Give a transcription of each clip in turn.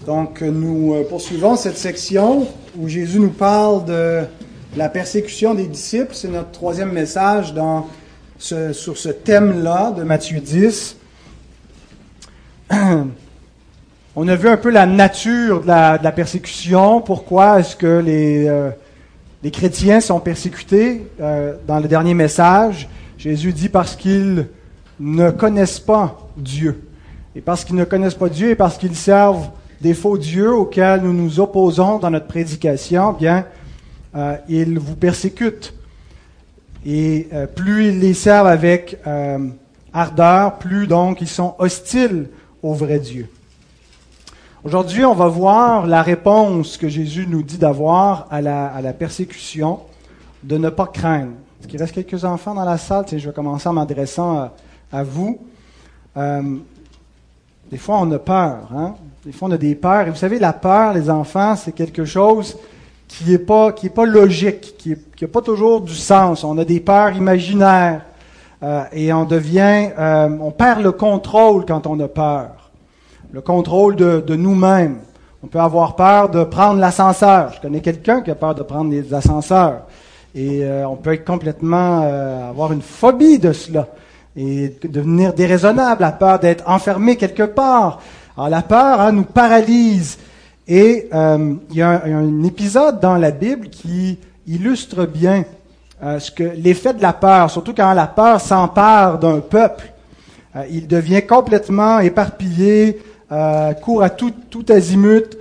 Donc, nous poursuivons cette section où Jésus nous parle de la persécution des disciples. C'est notre troisième message sur ce thème-là de Matthieu 10. On a vu un peu la nature de la persécution. Pourquoi est-ce que les chrétiens sont persécutés? Dans le dernier message, Jésus dit parce qu'ils ne connaissent pas Dieu. Et parce qu'ils ne connaissent pas Dieu et parce qu'ils servent des faux dieux auxquels nous nous opposons dans notre prédication, bien, ils vous persécutent. Et plus ils les servent avec ardeur, plus donc ils sont hostiles au vrai Dieu. Aujourd'hui, on va voir la réponse que Jésus nous dit d'avoir à la persécution, de ne pas craindre. Est-ce qu'il reste quelques enfants dans la salle? Tiens, je vais commencer en m'adressant à vous. Des fois, on a peur, hein? Des fois, on a des peurs. Et vous savez, la peur, les enfants, c'est quelque chose qui est pas logique, qui a pas toujours du sens. On a des peurs imaginaires et on perd le contrôle quand on a peur. Le contrôle de nous-mêmes. On peut avoir peur de prendre l'ascenseur. Je connais quelqu'un qui a peur de prendre les ascenseurs. Et on peut être complètement avoir une phobie de cela et devenir déraisonnable, la peur d'être enfermé quelque part. Alors la peur nous paralyse. Et il y a un épisode dans la Bible qui illustre bien l'effet de la peur, surtout quand la peur s'empare d'un peuple. Il devient complètement éparpillé, court à tout azimut.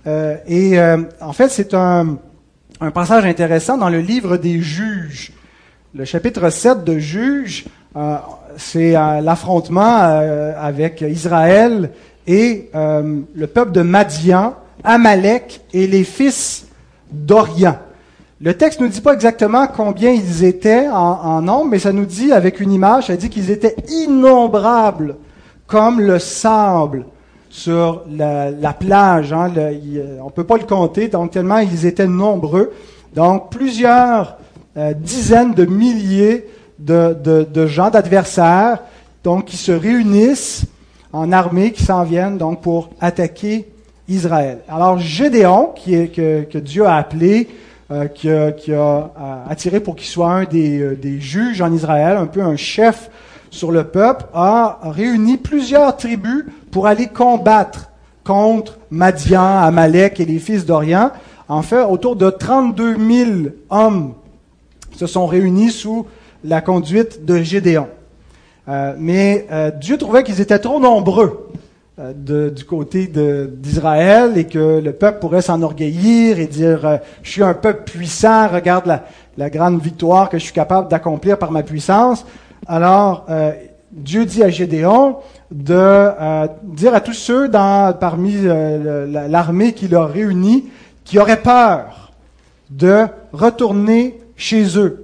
En fait, c'est un passage intéressant dans le livre des Juges. Le chapitre 7 de Juges, c'est l'affrontement avec Israël et le peuple de Madian, Amalek et les fils d'Orient. Le texte ne nous dit pas exactement combien ils étaient en nombre, mais ça nous dit avec une image, ça dit qu'ils étaient innombrables comme le sable sur la plage. Hein, on peut pas le compter, donc tellement ils étaient nombreux. Donc plusieurs dizaines de milliers de gens, d'adversaires, donc qui se réunissent en armée, qui s'en viennent donc pour attaquer Israël. Alors Gédéon, que Dieu a appelé, qui a attiré pour qu'il soit un des juges en Israël, un peu un chef sur le peuple, a réuni plusieurs tribus pour aller combattre contre Madian, Amalek et les fils d'Orient. En fait, autour de 32 000 hommes se sont réunis sous la conduite de Gédéon. Mais Dieu trouvait qu'ils étaient trop nombreux du côté d'Israël et que le peuple pourrait s'enorgueillir et dire « Je suis un peuple puissant, regarde la grande victoire que je suis capable d'accomplir par ma puissance. » Alors, Dieu dit à Gédéon de dire à tous ceux parmi l'armée qu'il a réunie qui auraient peur de retourner chez eux,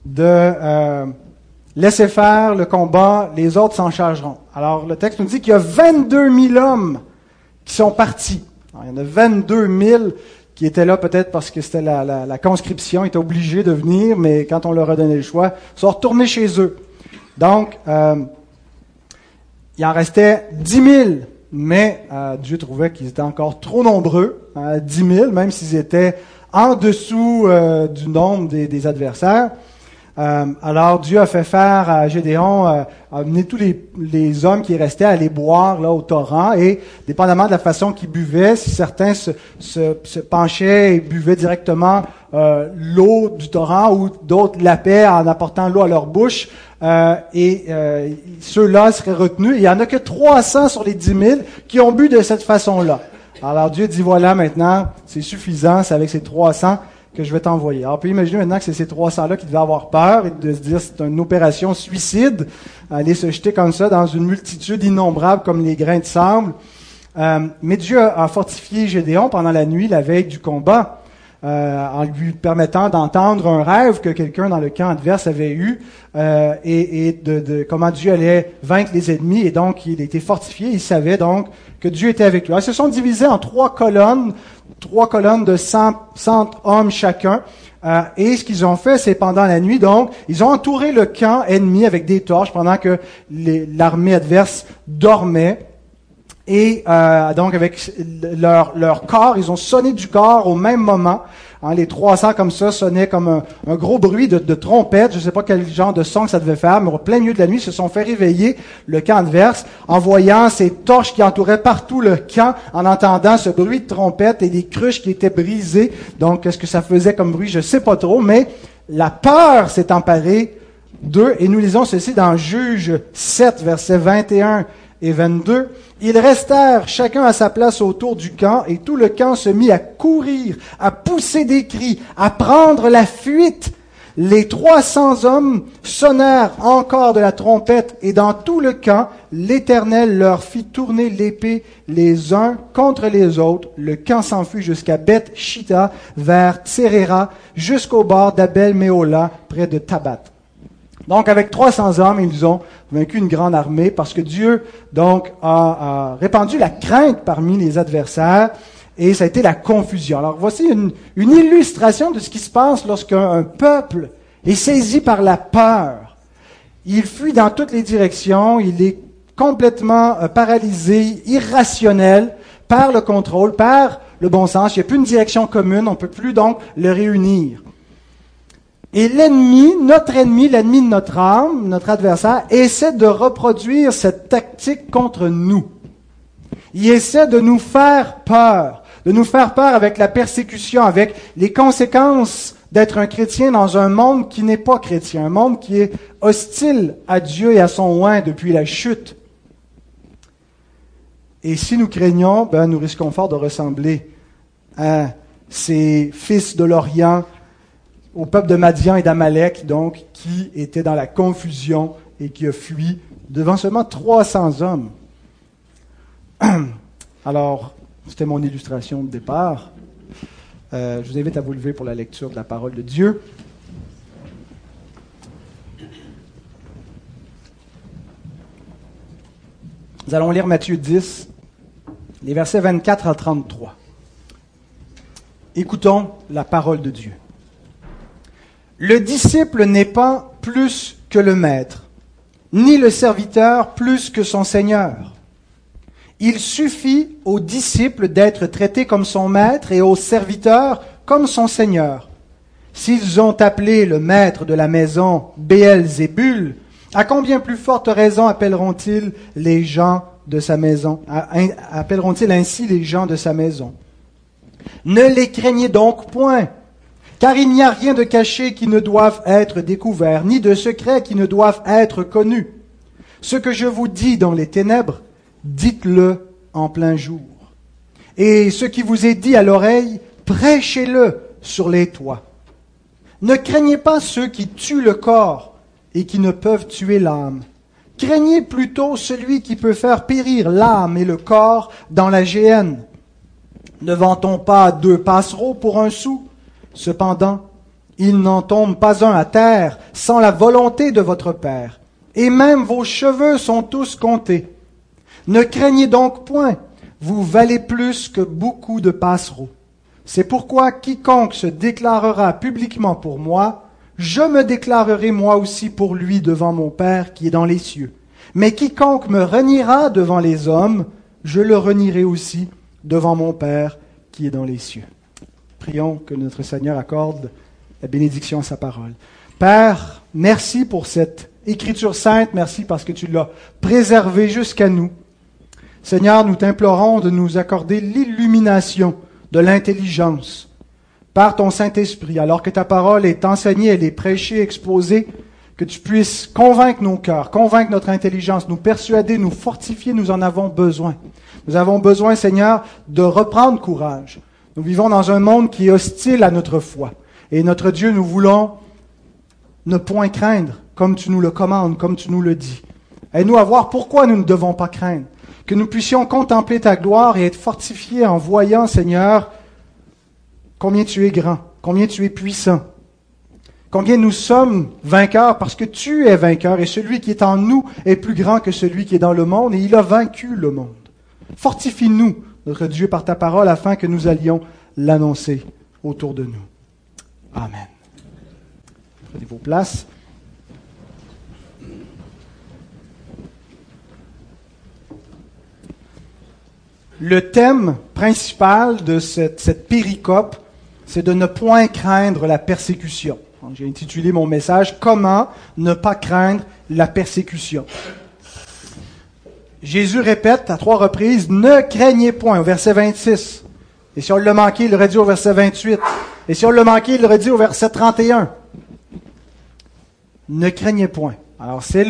de laisser faire le combat, les autres s'en chargeront. Alors, le texte nous dit qu'il y a 22 000 hommes qui sont partis. Alors, il y en a 22 000 qui étaient là peut-être parce que c'était la conscription, ils étaient obligés de venir, mais quand on leur a donné le choix, ils sont retournés chez eux. Donc, il en restait 10 000, mais Dieu trouvait qu'ils étaient encore trop nombreux, 10 000, même s'ils étaient en dessous du nombre des adversaires. Alors Dieu a fait faire à Gédéon, a amené tous les hommes qui restaient à aller boire là au torrent, et dépendamment de la façon qu'ils buvaient, si certains se penchaient et buvaient directement l'eau du torrent, ou d'autres lapaient en apportant l'eau à leur bouche, ceux-là seraient retenus. Il y en a que 300 sur les 10 000 qui ont bu de cette façon-là. Alors Dieu dit, voilà, maintenant, c'est suffisant, c'est avec ces 300 que je vais t'envoyer. Alors, on peut imaginer maintenant que c'est ces 300-là qui devaient avoir peur et de se dire c'est une opération suicide, aller se jeter comme ça dans une multitude innombrable comme les grains de sable. Mais Dieu a fortifié Gédéon pendant la nuit, la veille du combat, en lui permettant d'entendre un rêve que quelqu'un dans le camp adverse avait eu et de comment Dieu allait vaincre les ennemis. Et donc, il était fortifié. Il savait donc que Dieu était avec lui. Alors, ils se sont divisés en trois colonnes de 100 hommes chacun. Et ce qu'ils ont fait, c'est pendant la nuit, donc, ils ont entouré le camp ennemi avec des torches pendant que l'armée adverse dormait. Et donc, avec leur corps, ils ont sonné du corps au même moment. Hein, les 300 comme ça sonnaient comme un gros bruit de trompette. Je ne sais pas quel genre de son que ça devait faire, mais au plein milieu de la nuit, ils se sont fait réveiller le camp adverse en voyant ces torches qui entouraient partout le camp, en entendant ce bruit de trompette et des cruches qui étaient brisées. Donc, qu'est-ce que ça faisait comme bruit? Je ne sais pas trop, mais la peur s'est emparée d'eux. Et nous lisons ceci dans Juges 7, versets 21 et 22. Ils restèrent chacun à sa place autour du camp, et tout le camp se mit à courir, à pousser des cris, à prendre la fuite. Les 300 hommes sonnèrent encore de la trompette, et dans tout le camp, l'Éternel leur fit tourner l'épée les uns contre les autres. Le camp s'enfuit jusqu'à Beth-Shitta, vers Tséréra, jusqu'au bord d'Abel-Méhola, près de Tabat. Donc, avec 300 hommes, ils ont vaincu une grande armée parce que Dieu, donc, a répandu la crainte parmi les adversaires et ça a été la confusion. Alors, voici une illustration de ce qui se passe lorsqu'un peuple est saisi par la peur. Il fuit dans toutes les directions, il est complètement paralysé, irrationnel, perd le contrôle, perd le bon sens. Il n'y a plus une direction commune, on ne peut plus donc le réunir. Et l'ennemi de notre âme, notre adversaire, essaie de reproduire cette tactique contre nous. Il essaie de nous faire peur avec la persécution, avec les conséquences d'être un chrétien dans un monde qui n'est pas chrétien, un monde qui est hostile à Dieu et à son oint depuis la chute. Et si nous craignons, nous risquons fort de ressembler à ces fils de l'Orient, au peuple de Madian et d'Amalek, donc, qui était dans la confusion et qui a fui devant seulement 300 hommes. Alors, c'était mon illustration de départ. Je vous invite à vous lever pour la lecture de la parole de Dieu. Nous allons lire Matthieu 10, les versets 24 à 33. Écoutons la parole de Dieu. Le disciple n'est pas plus que le maître, ni le serviteur plus que son Seigneur. Il suffit au disciple d'être traité comme son maître et au serviteur comme son Seigneur. S'ils ont appelé le maître de la maison Béelzébul, à combien plus forte raison appelleront-ils les gens de sa maison, appelleront-ils ainsi les gens de sa maison? Ne les craignez donc point. Car il n'y a rien de caché qui ne doive être découvert, ni de secret qui ne doive être connu. Ce que je vous dis dans les ténèbres, dites-le en plein jour. Et ce qui vous est dit à l'oreille, prêchez-le sur les toits. Ne craignez pas ceux qui tuent le corps et qui ne peuvent tuer l'âme. Craignez plutôt celui qui peut faire périr l'âme et le corps dans la géhenne. Ne vend-on pas 2 passereaux pour 1 sou? Cependant, il n'en tombe pas un à terre sans la volonté de votre Père. Et même vos cheveux sont tous comptés. Ne craignez donc point, vous valez plus que beaucoup de passereaux. C'est pourquoi quiconque se déclarera publiquement pour moi, je me déclarerai moi aussi pour lui devant mon Père qui est dans les cieux. Mais quiconque me reniera devant les hommes, je le renierai aussi devant mon Père qui est dans les cieux. Prions que notre Seigneur accorde la bénédiction à sa parole. Père, merci pour cette Écriture sainte, merci parce que tu l'as préservée jusqu'à nous. Seigneur, nous t'implorons de nous accorder l'illumination de l'intelligence par ton Saint-Esprit, alors que ta parole est enseignée, elle est prêchée, exposée, que tu puisses convaincre nos cœurs, convaincre notre intelligence, nous persuader, nous fortifier, nous en avons besoin. Nous avons besoin, Seigneur, de reprendre courage. Nous vivons dans un monde qui est hostile à notre foi. Et notre Dieu, nous voulons ne point craindre, comme tu nous le commandes, comme tu nous le dis. Aide-nous à voir pourquoi nous ne devons pas craindre. Que nous puissions contempler ta gloire et être fortifiés en voyant, Seigneur, combien tu es grand, combien tu es puissant, combien nous sommes vainqueurs parce que tu es vainqueur et celui qui est en nous est plus grand que celui qui est dans le monde et il a vaincu le monde. Fortifie-nous, notre Dieu, par ta parole afin que nous allions l'annoncer autour de nous. Amen. Prenez vos places. Le thème principal de cette péricope, c'est de ne point craindre la persécution. Donc, j'ai intitulé mon message « Comment ne pas craindre la persécution ». Jésus répète à 3 reprises « Ne craignez point » au verset 26. Et si on l'a manqué, il l'aurait dit au verset 28. Et si on l'a manqué, il l'aurait dit au verset 31. Ne craignez point. Alors, c'est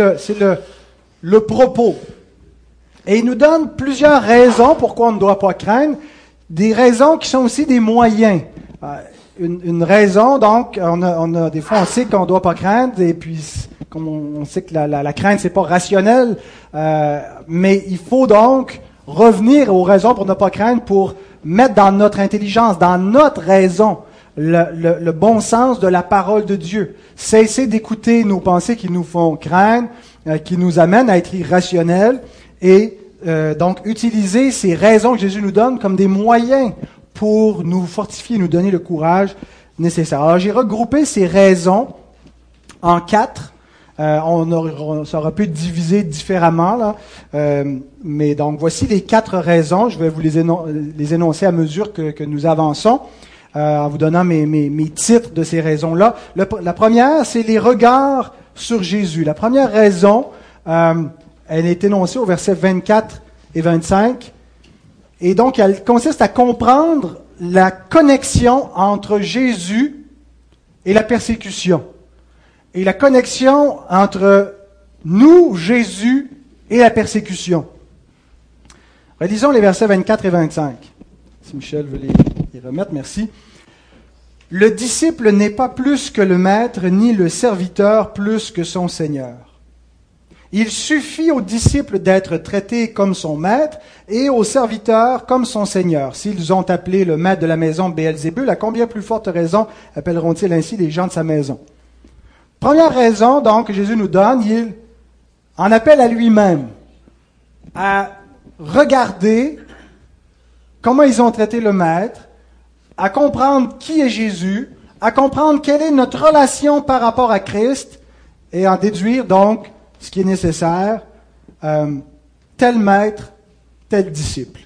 le propos. Et il nous donne plusieurs raisons pourquoi on ne doit pas craindre, des raisons qui sont aussi des moyens. Une raison, donc, des fois on sait qu'on ne doit pas craindre, et puis comme on sait que la crainte c'est pas rationnel, mais il faut donc revenir aux raisons pour ne pas craindre, pour mettre dans notre intelligence, dans notre raison, le bon sens de la parole de Dieu. Cesser d'écouter nos pensées qui nous font craindre, qui nous amènent à être irrationnels, et donc utiliser ces raisons que Jésus nous donne comme des moyens pour nous fortifier, nous donner le courage nécessaire. Alors j'ai regroupé ces raisons en 4. Ça aurait pu être divisé différemment, là. Mais donc voici les 4 raisons. Je vais vous les énoncer à mesure que nous avançons, en vous donnant mes titres de ces raisons-là. La première, c'est les regards sur Jésus. La première raison, elle est énoncée au verset 24 et 25. Et donc, elle consiste à comprendre la connexion entre Jésus et la persécution. Et la connexion entre nous, Jésus, et la persécution. Relisons les versets 24 et 25. Si Michel veut les remettre, merci. « Le disciple n'est pas plus que le maître, ni le serviteur plus que son Seigneur. Il suffit au disciple d'être traité comme son maître et au serviteur comme son Seigneur. S'ils ont appelé le maître de la maison Béelzébul, à combien plus forte raison appelleront-ils ainsi les gens de sa maison? » Première raison, donc, que Jésus nous donne, il en appelle à lui-même, à regarder comment ils ont traité le maître, à comprendre qui est Jésus, à comprendre quelle est notre relation par rapport à Christ, et en déduire donc ce qui est nécessaire, tel maître, tel disciple.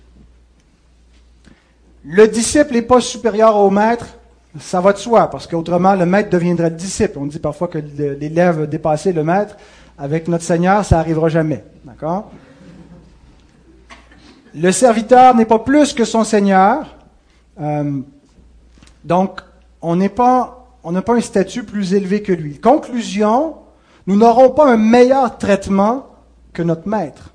Le disciple n'est pas supérieur au maître, ça va de soi, parce qu'autrement le maître deviendrait le disciple. On dit parfois que l'élève a dépassé le maître. Avec notre Seigneur, ça n'arrivera jamais. D'accord? Le serviteur n'est pas plus que son Seigneur. Donc, on n'a pas un statut plus élevé que lui. Conclusion, nous n'aurons pas un meilleur traitement que notre maître.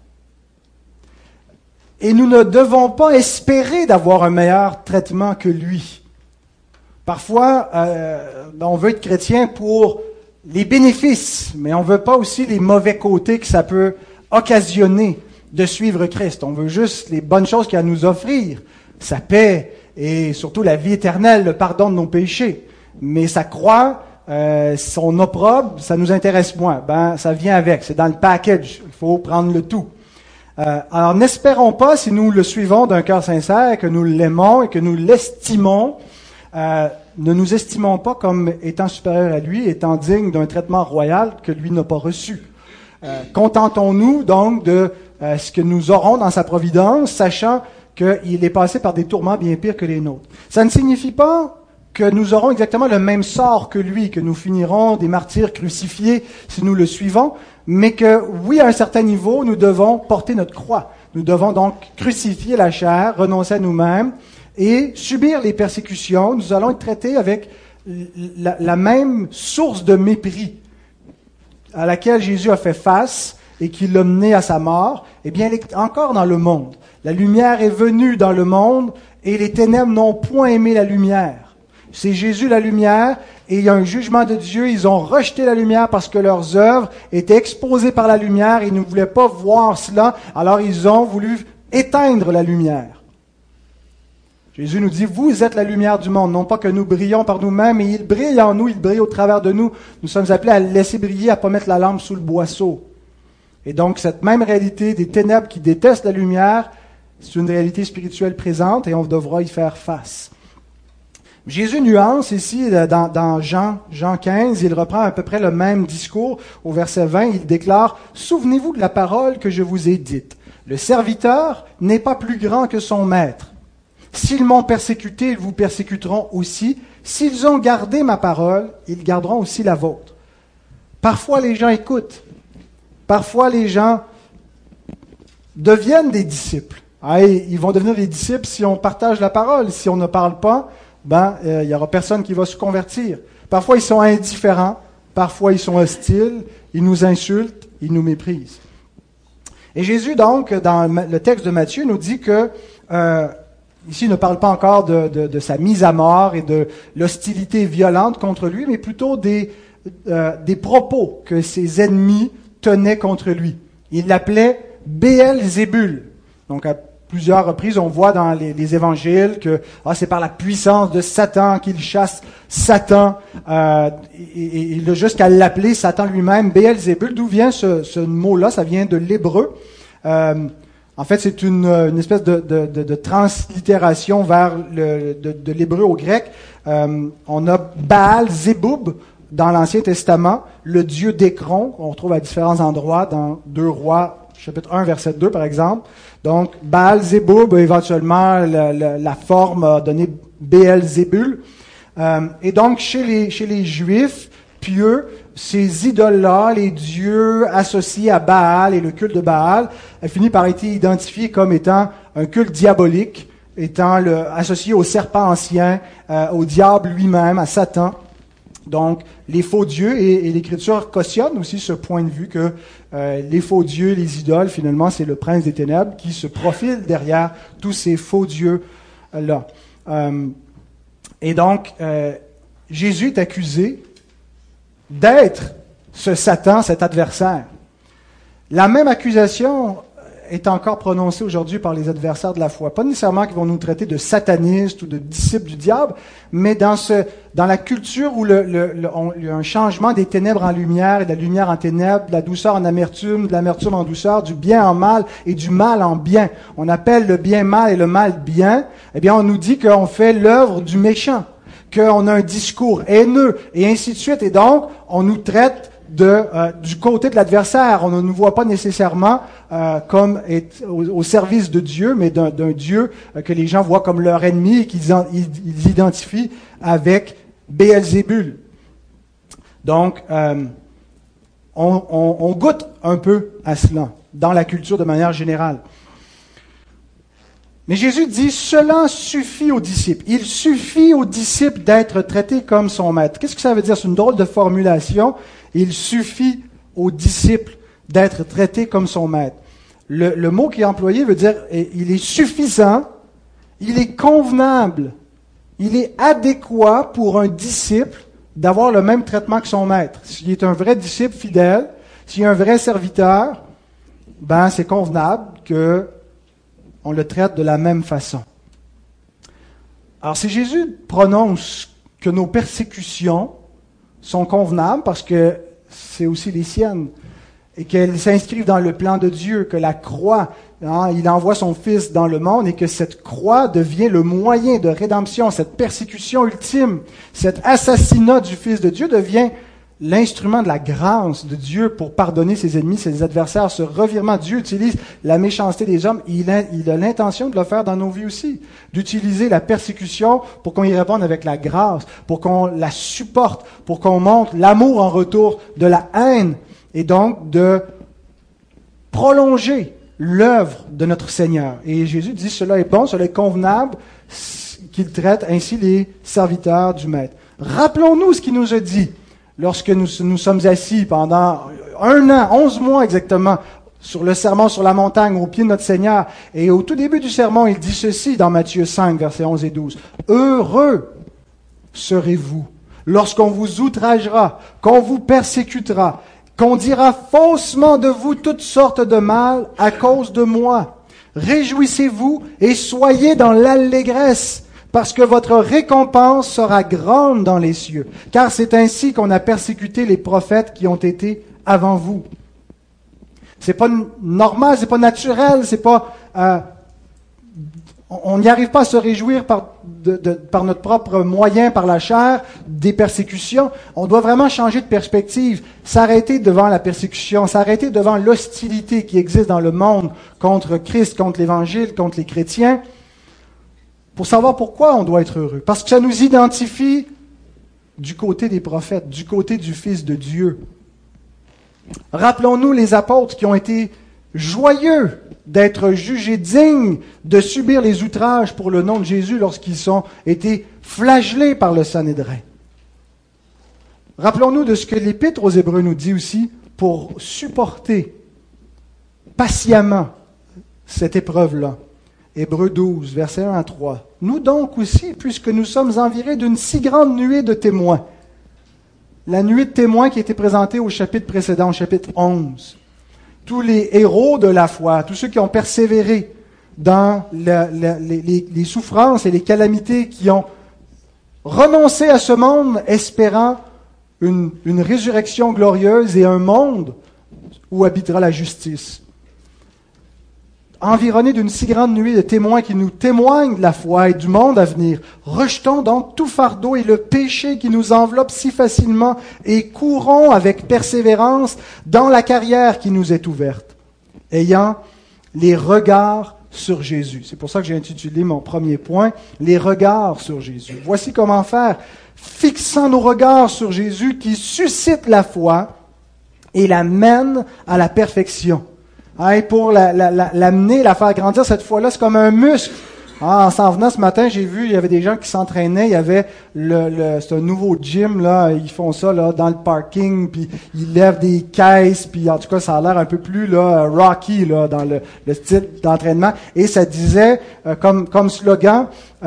Et nous ne devons pas espérer d'avoir un meilleur traitement que lui. Parfois, on veut être chrétien pour les bénéfices, mais on ne veut pas aussi les mauvais côtés que ça peut occasionner de suivre Christ. On veut juste les bonnes choses qu'il a à nous offrir, sa paix et surtout la vie éternelle, le pardon de nos péchés. Mais sa croix, son opprobre, ça nous intéresse moins. Ça vient avec, c'est dans le package, il faut prendre le tout. Alors n'espérons pas, si nous le suivons d'un cœur sincère, que nous l'aimons et que nous l'estimons, ne nous estimons pas comme étant supérieurs à lui, étant dignes d'un traitement royal que lui n'a pas reçu. Contentons-nous donc de ce que nous aurons dans sa providence, sachant qu'il est passé par des tourments bien pires que les nôtres. Ça ne signifie pas que nous aurons exactement le même sort que lui, que nous finirons des martyrs crucifiés si nous le suivons, mais que, oui, à un certain niveau, nous devons porter notre croix. Nous devons donc crucifier la chair, renoncer à nous-mêmes, et subir les persécutions. Nous allons être traités avec la même source de mépris à laquelle Jésus a fait face et qui l'a mené à sa mort. Eh bien, elle est encore dans le monde. La lumière est venue dans le monde et les ténèbres n'ont point aimé la lumière. C'est Jésus la lumière et il y a un jugement de Dieu. Ils ont rejeté la lumière parce que leurs œuvres étaient exposées par la lumière et ils ne voulaient pas voir cela. Alors ils ont voulu éteindre la lumière. Jésus nous dit, vous êtes la lumière du monde, non pas que nous brillons par nous-mêmes, mais il brille en nous, il brille au travers de nous. Nous sommes appelés à le laisser briller, à ne pas mettre la lampe sous le boisseau. Et donc, cette même réalité des ténèbres qui détestent la lumière, c'est une réalité spirituelle présente et on devra y faire face. Jésus nuance ici dans Jean 15, il reprend à peu près le même discours. Au verset 20, il déclare « Souvenez-vous de la parole que je vous ai dite. Le serviteur n'est pas plus grand que son maître. S'ils m'ont persécuté, ils vous persécuteront aussi. S'ils ont gardé ma parole, ils garderont aussi la vôtre. Parfois, les gens écoutent. Parfois, les gens deviennent des disciples. Ils vont devenir des disciples si on partage la parole. Si on ne parle pas, il n'y aura personne qui va se convertir. Parfois, ils sont indifférents. Parfois, ils sont hostiles. Ils nous insultent. Ils nous méprisent. Et Jésus, donc, dans le texte de Matthieu, nous dit que, ici, il ne parle pas encore de sa mise à mort et de l'hostilité violente contre lui, mais plutôt des propos que ses ennemis tenaient contre lui. Il l'appelait Béelzébul. Donc, à plusieurs reprises, on voit dans les évangiles que c'est par la puissance de Satan qu'il chasse Satan, et jusqu'à l'appeler Satan lui-même Béelzébul. D'où vient ce mot-là? Ça vient de l'hébreu. En fait, c'est une espèce de translittération vers de l'hébreu au grec. On a Baal-Zéboub dans l'Ancien Testament, le dieu d'Écron, qu'on retrouve à différents endroits, dans 2 Rois, chapitre 1, verset 2, par exemple. Donc, Baal-Zéboub, éventuellement, la forme donnée Béelzébul. Et donc, chez les Juifs pieux, ces idoles-là, les dieux associés à Baal et le culte de Baal, a fini par être identifié comme étant un culte diabolique, étant associé au serpent ancien, au diable lui-même, à Satan. Donc, les faux dieux, et l'Écriture cautionne aussi ce point de vue que les faux dieux, les idoles, finalement, c'est le prince des ténèbres qui se profile derrière tous ces faux dieux-là. Et donc, Jésus est accusé d'être ce Satan, cet adversaire. La même accusation est encore prononcée aujourd'hui par les adversaires de la foi. Pas nécessairement qu'ils vont nous traiter de satanistes ou de disciples du diable, mais dans la culture où il y a un changement des ténèbres en lumière et de la lumière en ténèbres, de la douceur en amertume, de l'amertume en douceur, du bien en mal et du mal en bien. On appelle le bien mal et le mal bien. Eh bien, on nous dit qu'on fait l'œuvre du méchant, qu'on a un discours haineux et ainsi de suite. Et donc, on nous traite du côté de l'adversaire. On ne nous voit pas nécessairement comme au service de Dieu, mais d'un Dieu que les gens voient comme leur ennemi et qu'ils identifient avec Béelzébul. Donc, on goûte un peu à cela dans la culture de manière générale. Mais Jésus dit, cela suffit aux disciples. Il suffit aux disciples d'être traités comme son maître. Qu'est-ce que ça veut dire? C'est une drôle de formulation. Il suffit aux disciples d'être traités comme son maître. Le mot qui est employé veut dire, il est suffisant, il est convenable, il est adéquat pour un disciple d'avoir le même traitement que son maître. S'il est un vrai disciple fidèle, s'il est un vrai serviteur, c'est convenable que on le traite de la même façon. Alors, si Jésus prononce que nos persécutions sont convenables, parce que c'est aussi les siennes, et qu'elles s'inscrivent dans le plan de Dieu, que la croix, il envoie son Fils dans le monde, et que cette croix devient le moyen de rédemption, cette persécution ultime, cet assassinat du Fils de Dieu devient l'instrument de la grâce de Dieu pour pardonner ses ennemis, ses adversaires, ce revirement. Dieu utilise la méchanceté des hommes. Il a l'intention de le faire dans nos vies aussi, d'utiliser la persécution pour qu'on y réponde avec la grâce, pour qu'on la supporte, pour qu'on montre l'amour en retour de la haine, et donc de prolonger l'œuvre de notre Seigneur. Et Jésus dit, cela est bon, cela est convenable, qu'il traite ainsi les serviteurs du Maître. Rappelons-nous ce qu'il nous a dit lorsque nous sommes assis pendant 1 an, 11 mois exactement, sur le sermon sur la montagne, au pied de notre Seigneur. Et au tout début du sermon, il dit ceci dans Matthieu 5, versets 11 et 12. « Heureux serez-vous lorsqu'on vous outragera, qu'on vous persécutera, qu'on dira faussement de vous toutes sortes de mal à cause de moi. Réjouissez-vous et soyez dans l'allégresse, parce que votre récompense sera grande dans les cieux, car c'est ainsi qu'on a persécuté les prophètes qui ont été avant vous. » C'est pas normal, c'est pas naturel, c'est pas On n'y arrive pas à se réjouir par notre propre moyen, par la chair, des persécutions. On doit vraiment changer de perspective, s'arrêter devant la persécution, s'arrêter devant l'hostilité qui existe dans le monde contre Christ, contre l'Évangile, contre les chrétiens, pour savoir pourquoi on doit être heureux. Parce que ça nous identifie du côté des prophètes, du côté du Fils de Dieu. Rappelons-nous les apôtres qui ont été joyeux d'être jugés dignes de subir les outrages pour le nom de Jésus lorsqu'ils ont été flagellés par le Sanhédrin. Rappelons-nous de ce que l'Épître aux Hébreux nous dit aussi pour supporter patiemment cette épreuve-là. Hébreux 12, versets 1 à 3. Nous donc aussi, puisque nous sommes envirés d'une si grande nuée de témoins, la nuée de témoins qui a été présentée au chapitre précédent, au chapitre 11. Tous les héros de la foi, tous ceux qui ont persévéré dans les souffrances et les calamités, qui ont renoncé à ce monde espérant une résurrection glorieuse et un monde où habitera la justice. Environnés d'une si grande nuée de témoins qui nous témoignent de la foi et du monde à venir, rejetons donc tout fardeau et le péché qui nous enveloppe si facilement et courons avec persévérance dans la carrière qui nous est ouverte, ayant les regards sur Jésus. C'est pour ça que j'ai intitulé mon premier point, les regards sur Jésus. Voici comment faire. Fixant nos regards sur Jésus qui suscite la foi et la mène à la perfection. Et pour l'amener, la faire grandir, cette fois-là, c'est comme un muscle. En s'en venant ce matin, j'ai vu, il y avait des gens qui s'entraînaient, il y avait c'est un nouveau gym, là, ils font ça, là, dans le parking, puis ils lèvent des caisses, puis en tout cas, ça a l'air un peu plus, là, rocky, là, dans le style d'entraînement. Et ça disait, comme slogan,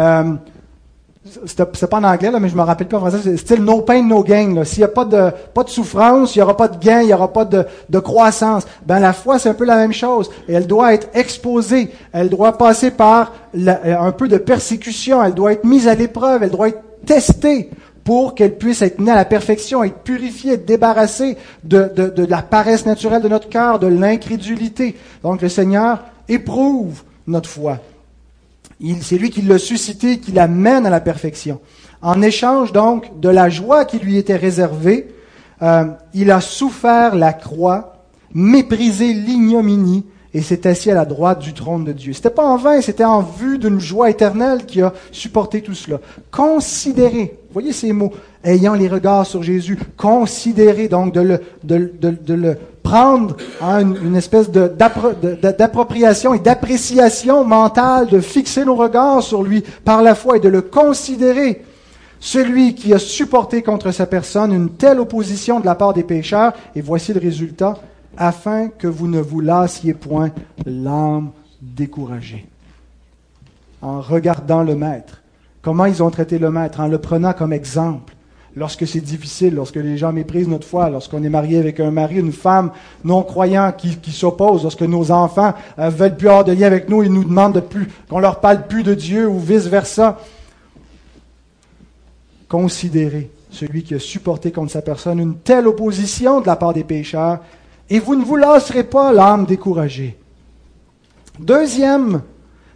c'est pas en anglais, là, mais je me rappelle plus en français, c'est style no pain, no gain, là. S'il n'y a pas de souffrance, il n'y aura pas de gain, il n'y aura pas de croissance. Ben, la foi, c'est un peu la même chose. Et elle doit être exposée. Elle doit passer par un peu de persécution. Elle doit être mise à l'épreuve. Elle doit être testée pour qu'elle puisse être menée à la perfection, être purifiée, être débarrassée de la paresse naturelle de notre cœur, de l'incrédulité. Donc, le Seigneur éprouve notre foi. C'est lui qui l'a suscité, qui l'amène à la perfection. En échange donc de la joie qui lui était réservée, il a souffert la croix, méprisé l'ignominie et s'est assis à la droite du trône de Dieu. C'était pas en vain, c'était en vue d'une joie éternelle qui a supporté tout cela. Considérez, voyez ces mots, ayant les regards sur Jésus, considérez donc de le prendre une espèce d'appropriation et d'appréciation mentale, de fixer nos regards sur lui par la foi et de le considérer. Celui qui a supporté contre sa personne une telle opposition de la part des pécheurs, et voici le résultat, afin que vous ne vous lassiez point l'âme découragée. En regardant le Maître, comment ils ont traité le Maître, en le prenant comme exemple. Lorsque c'est difficile, lorsque les gens méprisent notre foi, lorsqu'on est marié avec un mari, une femme non-croyant qui s'oppose, lorsque nos enfants veulent plus avoir de lien avec nous, ils nous demandent qu'on leur parle plus de Dieu ou vice-versa. Considérez celui qui a supporté contre sa personne une telle opposition de la part des pécheurs, et vous ne vous lasserez pas l'âme découragée. Deuxième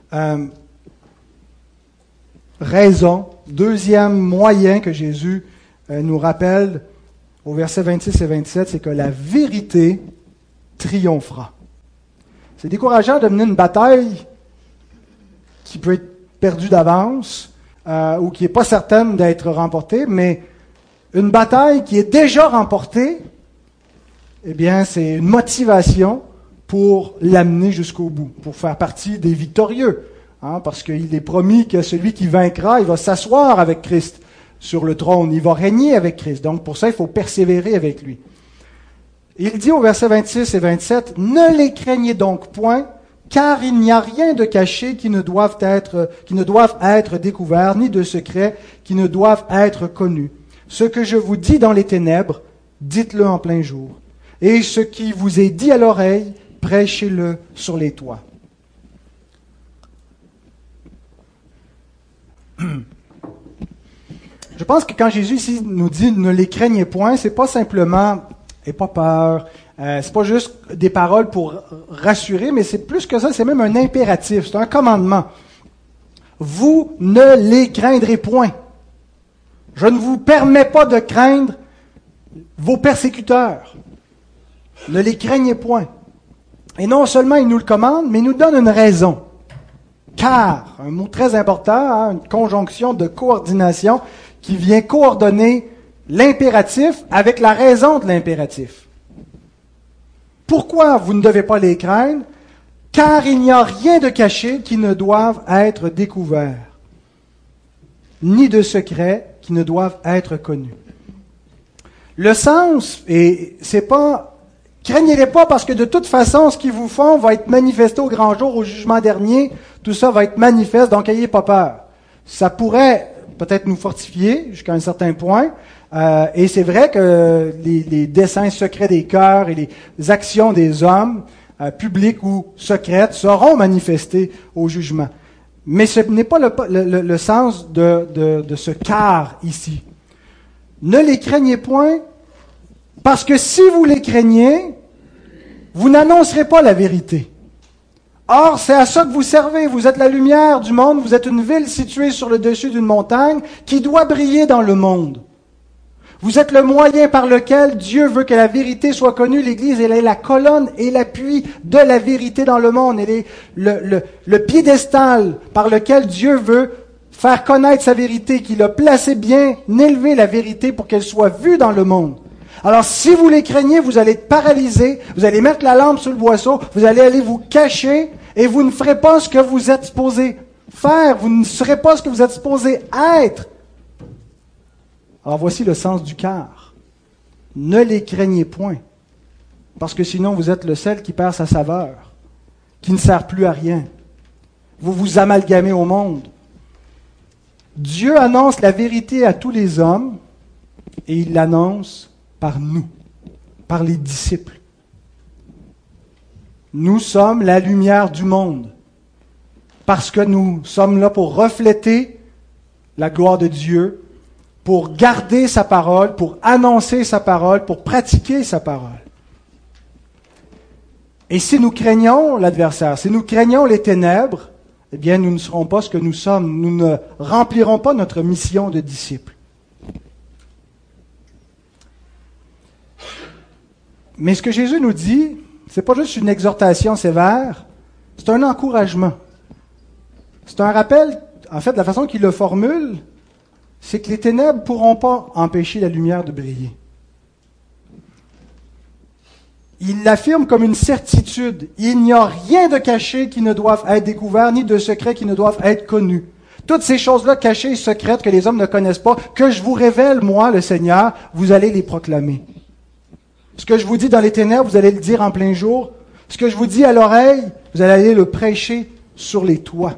raison, deuxième moyen que Jésus nous rappelle au verset 26 et 27, c'est que la vérité triomphera. C'est décourageant de mener une bataille qui peut être perdue d'avance ou qui n'est pas certaine d'être remportée, mais une bataille qui est déjà remportée, eh bien, c'est une motivation pour l'amener jusqu'au bout, pour faire partie des victorieux. Parce qu'il est promis que celui qui vaincra, il va s'asseoir avec Christ sur le trône, il va régner avec Christ. Donc pour ça, il faut persévérer avec lui. Il dit au verset 26 et 27, « Ne les craignez donc point, car il n'y a rien de caché qui ne doive être découvert, ni de secret qui ne doivent être connus. Ce que je vous dis dans les ténèbres, dites-le en plein jour. Et ce qui vous est dit à l'oreille, prêchez-le sur les toits. » Je pense que quand Jésus ici nous dit « ne les craignez point », c'est pas simplement « n'ayez pas peur », c'est pas juste des paroles pour rassurer, mais c'est plus que ça, c'est même un impératif, c'est un commandement. vous ne les craindrez point. Je ne vous permets pas de craindre vos persécuteurs. Ne les craignez point. Et non seulement il nous le commande, mais il nous donne une raison. Car, un mot très important, une conjonction de coordination qui vient coordonner l'impératif avec la raison de l'impératif. Pourquoi vous ne devez pas les craindre? Car il n'y a rien de caché qui ne doive être découvert, ni de secret qui ne doivent être connus. Le sens, et c'est pas, craignez-les pas parce que de toute façon, ce qu'ils vous font va être manifesté au grand jour, au jugement dernier, tout ça va être manifeste, donc n'ayez pas peur. Ça pourrait peut-être nous fortifier jusqu'à un certain point, et c'est vrai que les desseins secrets des cœurs et les actions des hommes, publiques ou secrètes, seront manifestés au jugement. Mais ce n'est pas le sens de ce quart ici. Ne les craignez point, parce que si vous les craignez, vous n'annoncerez pas la vérité. Or, c'est à ça que vous servez. Vous êtes la lumière du monde, vous êtes une ville située sur le dessus d'une montagne qui doit briller dans le monde. Vous êtes le moyen par lequel Dieu veut que la vérité soit connue. L'Église, elle est la colonne et l'appui de la vérité dans le monde. Elle est le piédestal par lequel Dieu veut faire connaître sa vérité, qu'il a placé bien, élevé la vérité pour qu'elle soit vue dans le monde. Alors, si vous les craignez, vous allez être paralysés, vous allez mettre la lampe sur le boisseau, vous allez aller vous cacher et vous ne ferez pas ce que vous êtes supposé faire, vous ne serez pas ce que vous êtes supposé être. Alors, voici le sens du quart. Ne les craignez point, parce que sinon vous êtes le sel qui perd sa saveur, qui ne sert plus à rien. Vous vous amalgamez au monde. Dieu annonce la vérité à tous les hommes et il l'annonce par nous, par les disciples. Nous sommes la lumière du monde parce que nous sommes là pour refléter la gloire de Dieu, pour garder sa parole, pour annoncer sa parole, pour pratiquer sa parole. Et si nous craignons l'adversaire, si nous craignons les ténèbres, eh bien, nous ne serons pas ce que nous sommes. Nous ne remplirons pas notre mission de disciples. Mais ce que Jésus nous dit, c'est pas juste une exhortation sévère, c'est un encouragement. C'est un rappel, en fait, la façon qu'il le formule, c'est que les ténèbres ne pourront pas empêcher la lumière de briller. Il l'affirme comme une certitude. Il n'y a rien de caché qui ne doive être découvert, ni de secret qui ne doivent être connus. Toutes ces choses-là cachées et secrètes que les hommes ne connaissent pas, que je vous révèle, moi, le Seigneur, vous allez les proclamer. Ce que je vous dis dans les ténèbres, vous allez le dire en plein jour. Ce que je vous dis à l'oreille, vous allez aller le prêcher sur les toits.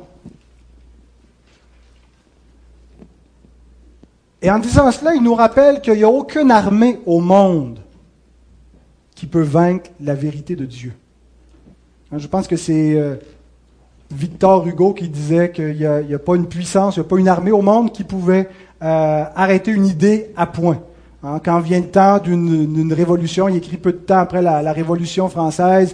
Et en disant cela, il nous rappelle qu'il n'y a aucune armée au monde qui peut vaincre la vérité de Dieu. Je pense que c'est Victor Hugo qui disait qu'il n'y a pas une puissance, il n'y a pas une armée au monde qui pouvait arrêter une idée à point. Quand vient le temps d'une révolution, il écrit peu de temps après la Révolution française,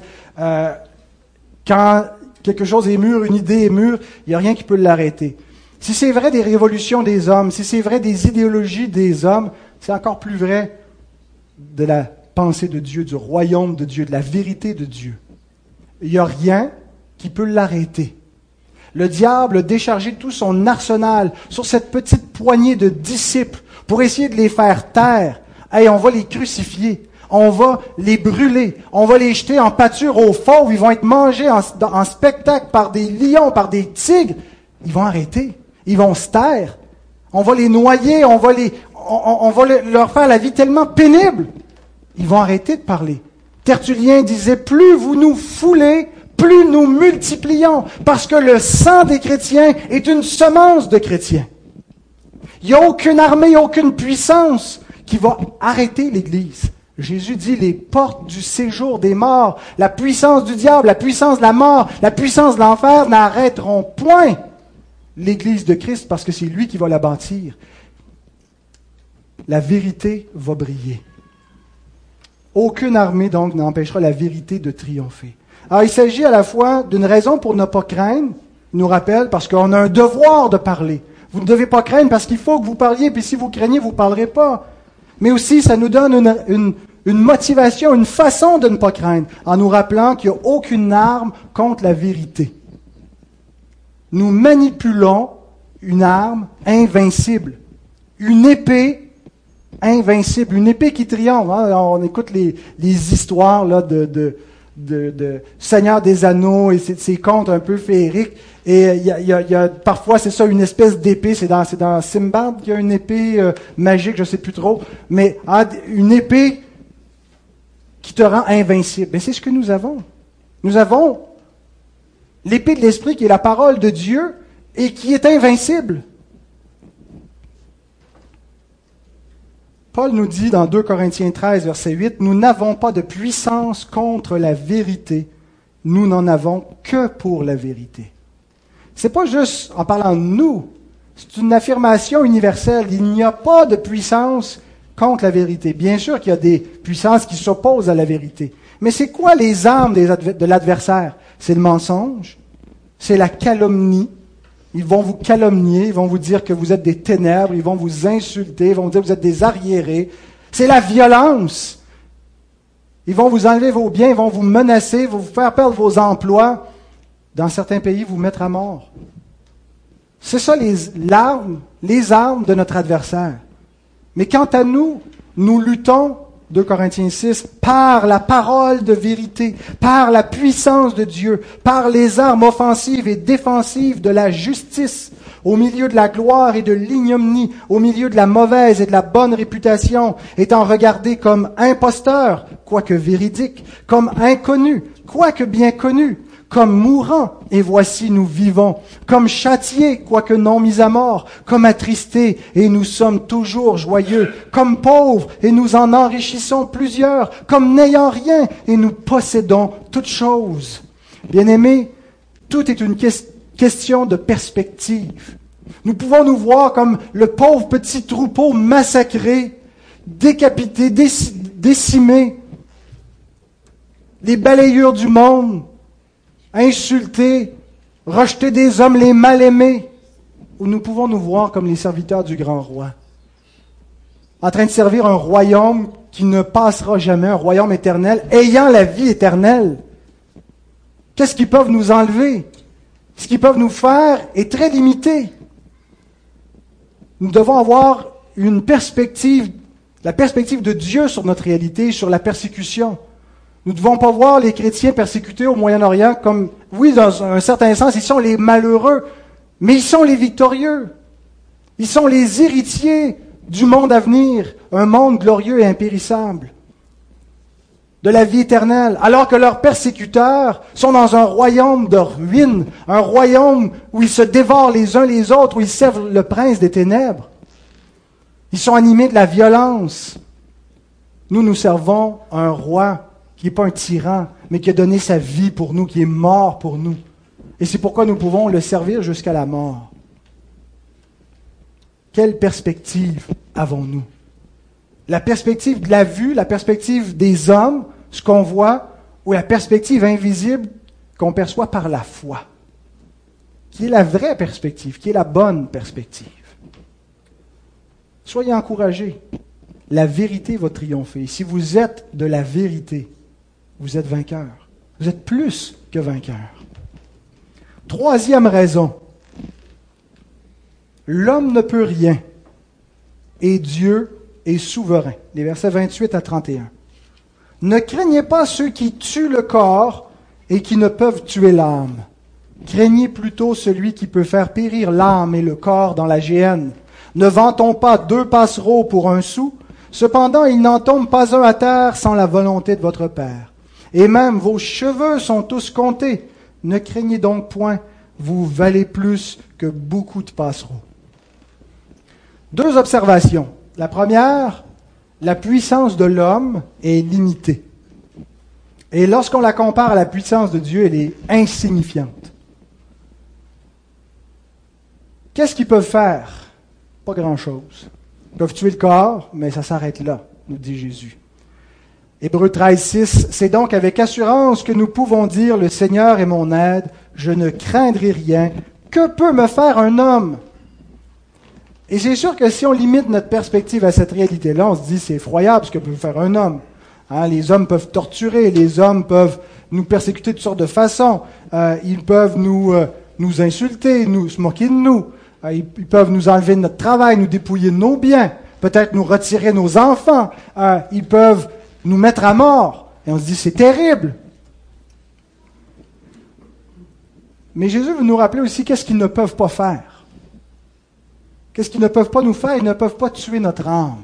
quand quelque chose est mûr, une idée est mûre, il n'y a rien qui peut l'arrêter. Si c'est vrai des révolutions des hommes, si c'est vrai des idéologies des hommes, c'est encore plus vrai de la pensée de Dieu, du royaume de Dieu, de la vérité de Dieu. Il n'y a rien qui peut l'arrêter. Le diable a déchargé tout son arsenal sur cette petite poignée de disciples pour essayer de les faire taire. Hey, on va les crucifier, on va les brûler, on va les jeter en pâture au fauve, ils vont être mangés en spectacle par des lions, par des tigres. Ils vont arrêter, ils vont se taire. On va les noyer, on va leur faire la vie tellement pénible. Ils vont arrêter de parler. Tertullien disait, plus vous nous foulez, plus nous multiplions, parce que le sang des chrétiens est une semence de chrétiens. Il n'y a aucune armée, aucune puissance qui va arrêter l'Église. Jésus dit, les portes du séjour des morts, la puissance du diable, la puissance de la mort, la puissance de l'enfer n'arrêteront point l'Église de Christ, parce que c'est lui qui va la bâtir. La vérité va briller. Aucune armée, donc, n'empêchera la vérité de triompher. Alors, il s'agit à la fois d'une raison pour ne pas craindre Il nous rappelle parce qu'on a un devoir de parler. Vous ne devez pas craindre parce qu'il faut que vous parliez, puis si vous craignez, vous ne parlerez pas. Mais aussi, ça nous donne une motivation, une façon de ne pas craindre, en nous rappelant qu'il n'y a aucune arme contre la vérité. Nous manipulons une arme invincible, une épée invincible, une épée qui triomphe. Hein? On écoute les histoires là, de Seigneur des Anneaux et ces contes un peu féeriques. Et il y a parfois, c'est ça, une espèce d'épée. C'est dans Simbad qu'il y a une épée magique, je ne sais plus trop. Mais une épée qui te rend invincible. Mais c'est ce que nous avons. Nous avons l'épée de l'Esprit qui est la parole de Dieu et qui est invincible. Paul nous dit dans 2 Corinthiens 13, verset 8, « Nous n'avons pas de puissance contre la vérité, nous n'en avons que pour la vérité. » C'est pas juste en parlant de nous, c'est une affirmation universelle. Il n'y a pas de puissance contre la vérité. Bien sûr qu'il y a des puissances qui s'opposent à la vérité. Mais c'est quoi les armes de l'adversaire? C'est le mensonge, c'est la calomnie. Ils vont vous calomnier, ils vont vous dire que vous êtes des ténèbres, ils vont vous insulter, ils vont vous dire que vous êtes des arriérés. C'est la violence. Ils vont vous enlever vos biens, ils vont vous menacer, vous faire perdre vos emplois. Dans certains pays, vous mettre à mort. C'est ça les armes de notre adversaire. Mais quant à nous, nous luttons, 2 Corinthiens 6, par la parole de vérité, par la puissance de Dieu, par les armes offensives et défensives de la justice, au milieu de la gloire et de l'ignominie, au milieu de la mauvaise et de la bonne réputation, étant regardés comme imposteurs, quoique véridiques, comme inconnus, quoique bien connus, comme mourants, et voici nous vivons, comme châtiés, quoique non mis à mort, comme attristés, et nous sommes toujours joyeux, comme pauvres, et nous en enrichissons plusieurs, comme n'ayant rien, et nous possédons toutes choses. Bien-aimés, tout est une question de perspective. Nous pouvons nous voir comme le pauvre petit troupeau massacré, décapité, décimé, les balayures du monde, insulter, rejeter des hommes les mal-aimés, ou nous pouvons nous voir comme les serviteurs du grand roi, en train de servir un royaume qui ne passera jamais, un royaume éternel, ayant la vie éternelle. Qu'est-ce qu'ils peuvent nous enlever? Ce qu'ils peuvent nous faire est très limité. Nous devons avoir une perspective, la perspective de Dieu sur notre réalité, sur la persécution. Nous ne devons pas voir les chrétiens persécutés au Moyen-Orient comme, oui, dans un certain sens, ils sont les malheureux, mais ils sont les victorieux. Ils sont les héritiers du monde à venir, un monde glorieux et impérissable, de la vie éternelle, alors que leurs persécuteurs sont dans un royaume de ruine, un royaume où ils se dévorent les uns les autres, où ils servent le prince des ténèbres. Ils sont animés de la violence. Nous servons un roi qui n'est pas un tyran, mais qui a donné sa vie pour nous, qui est mort pour nous. Et c'est pourquoi nous pouvons le servir jusqu'à la mort. Quelle perspective avons-nous? La perspective de la vue, la perspective des hommes, ce qu'on voit, ou la perspective invisible qu'on perçoit par la foi, qui est la vraie perspective, qui est la bonne perspective. Soyez encouragés. La vérité va triompher. Si vous êtes de la vérité, vous êtes vainqueur. Vous êtes plus que vainqueur. Troisième raison. L'homme ne peut rien et Dieu est souverain. Les versets 28 à 31. Ne craignez pas ceux qui tuent le corps et qui ne peuvent tuer l'âme. Craignez plutôt celui qui peut faire périr l'âme et le corps dans la géhenne. Ne vantons pas 2 passereaux pour 1 sou. Cependant, il n'en tombe pas un à terre sans la volonté de votre Père. Et même vos cheveux sont tous comptés. Ne craignez donc point, vous valez plus que beaucoup de passereaux. 2 observations. La première, la puissance de l'homme est limitée. Et lorsqu'on la compare à la puissance de Dieu, elle est insignifiante. Qu'est-ce qu'ils peuvent faire? Pas grand-chose. Ils peuvent tuer le corps, mais ça s'arrête là, nous dit Jésus. Hébreux 13:6, c'est donc avec assurance que nous pouvons dire, le Seigneur est mon aide, je ne craindrai rien. Que peut me faire un homme? Et c'est sûr que si on limite notre perspective à cette réalité-là, on se dit, c'est effroyable ce que peut faire un homme. Hein, les hommes peuvent torturer, les hommes peuvent nous persécuter de toutes sortes de façons, ils peuvent nous insulter, se moquer de nous, ils peuvent nous enlever de notre travail, nous dépouiller de nos biens, peut-être nous retirer nos enfants, ils peuvent nous mettre à mort. Et on se dit, c'est terrible. Mais Jésus veut nous rappeler aussi qu'est-ce qu'ils ne peuvent pas faire. Qu'est-ce qu'ils ne peuvent pas nous faire? Ils ne peuvent pas tuer notre âme.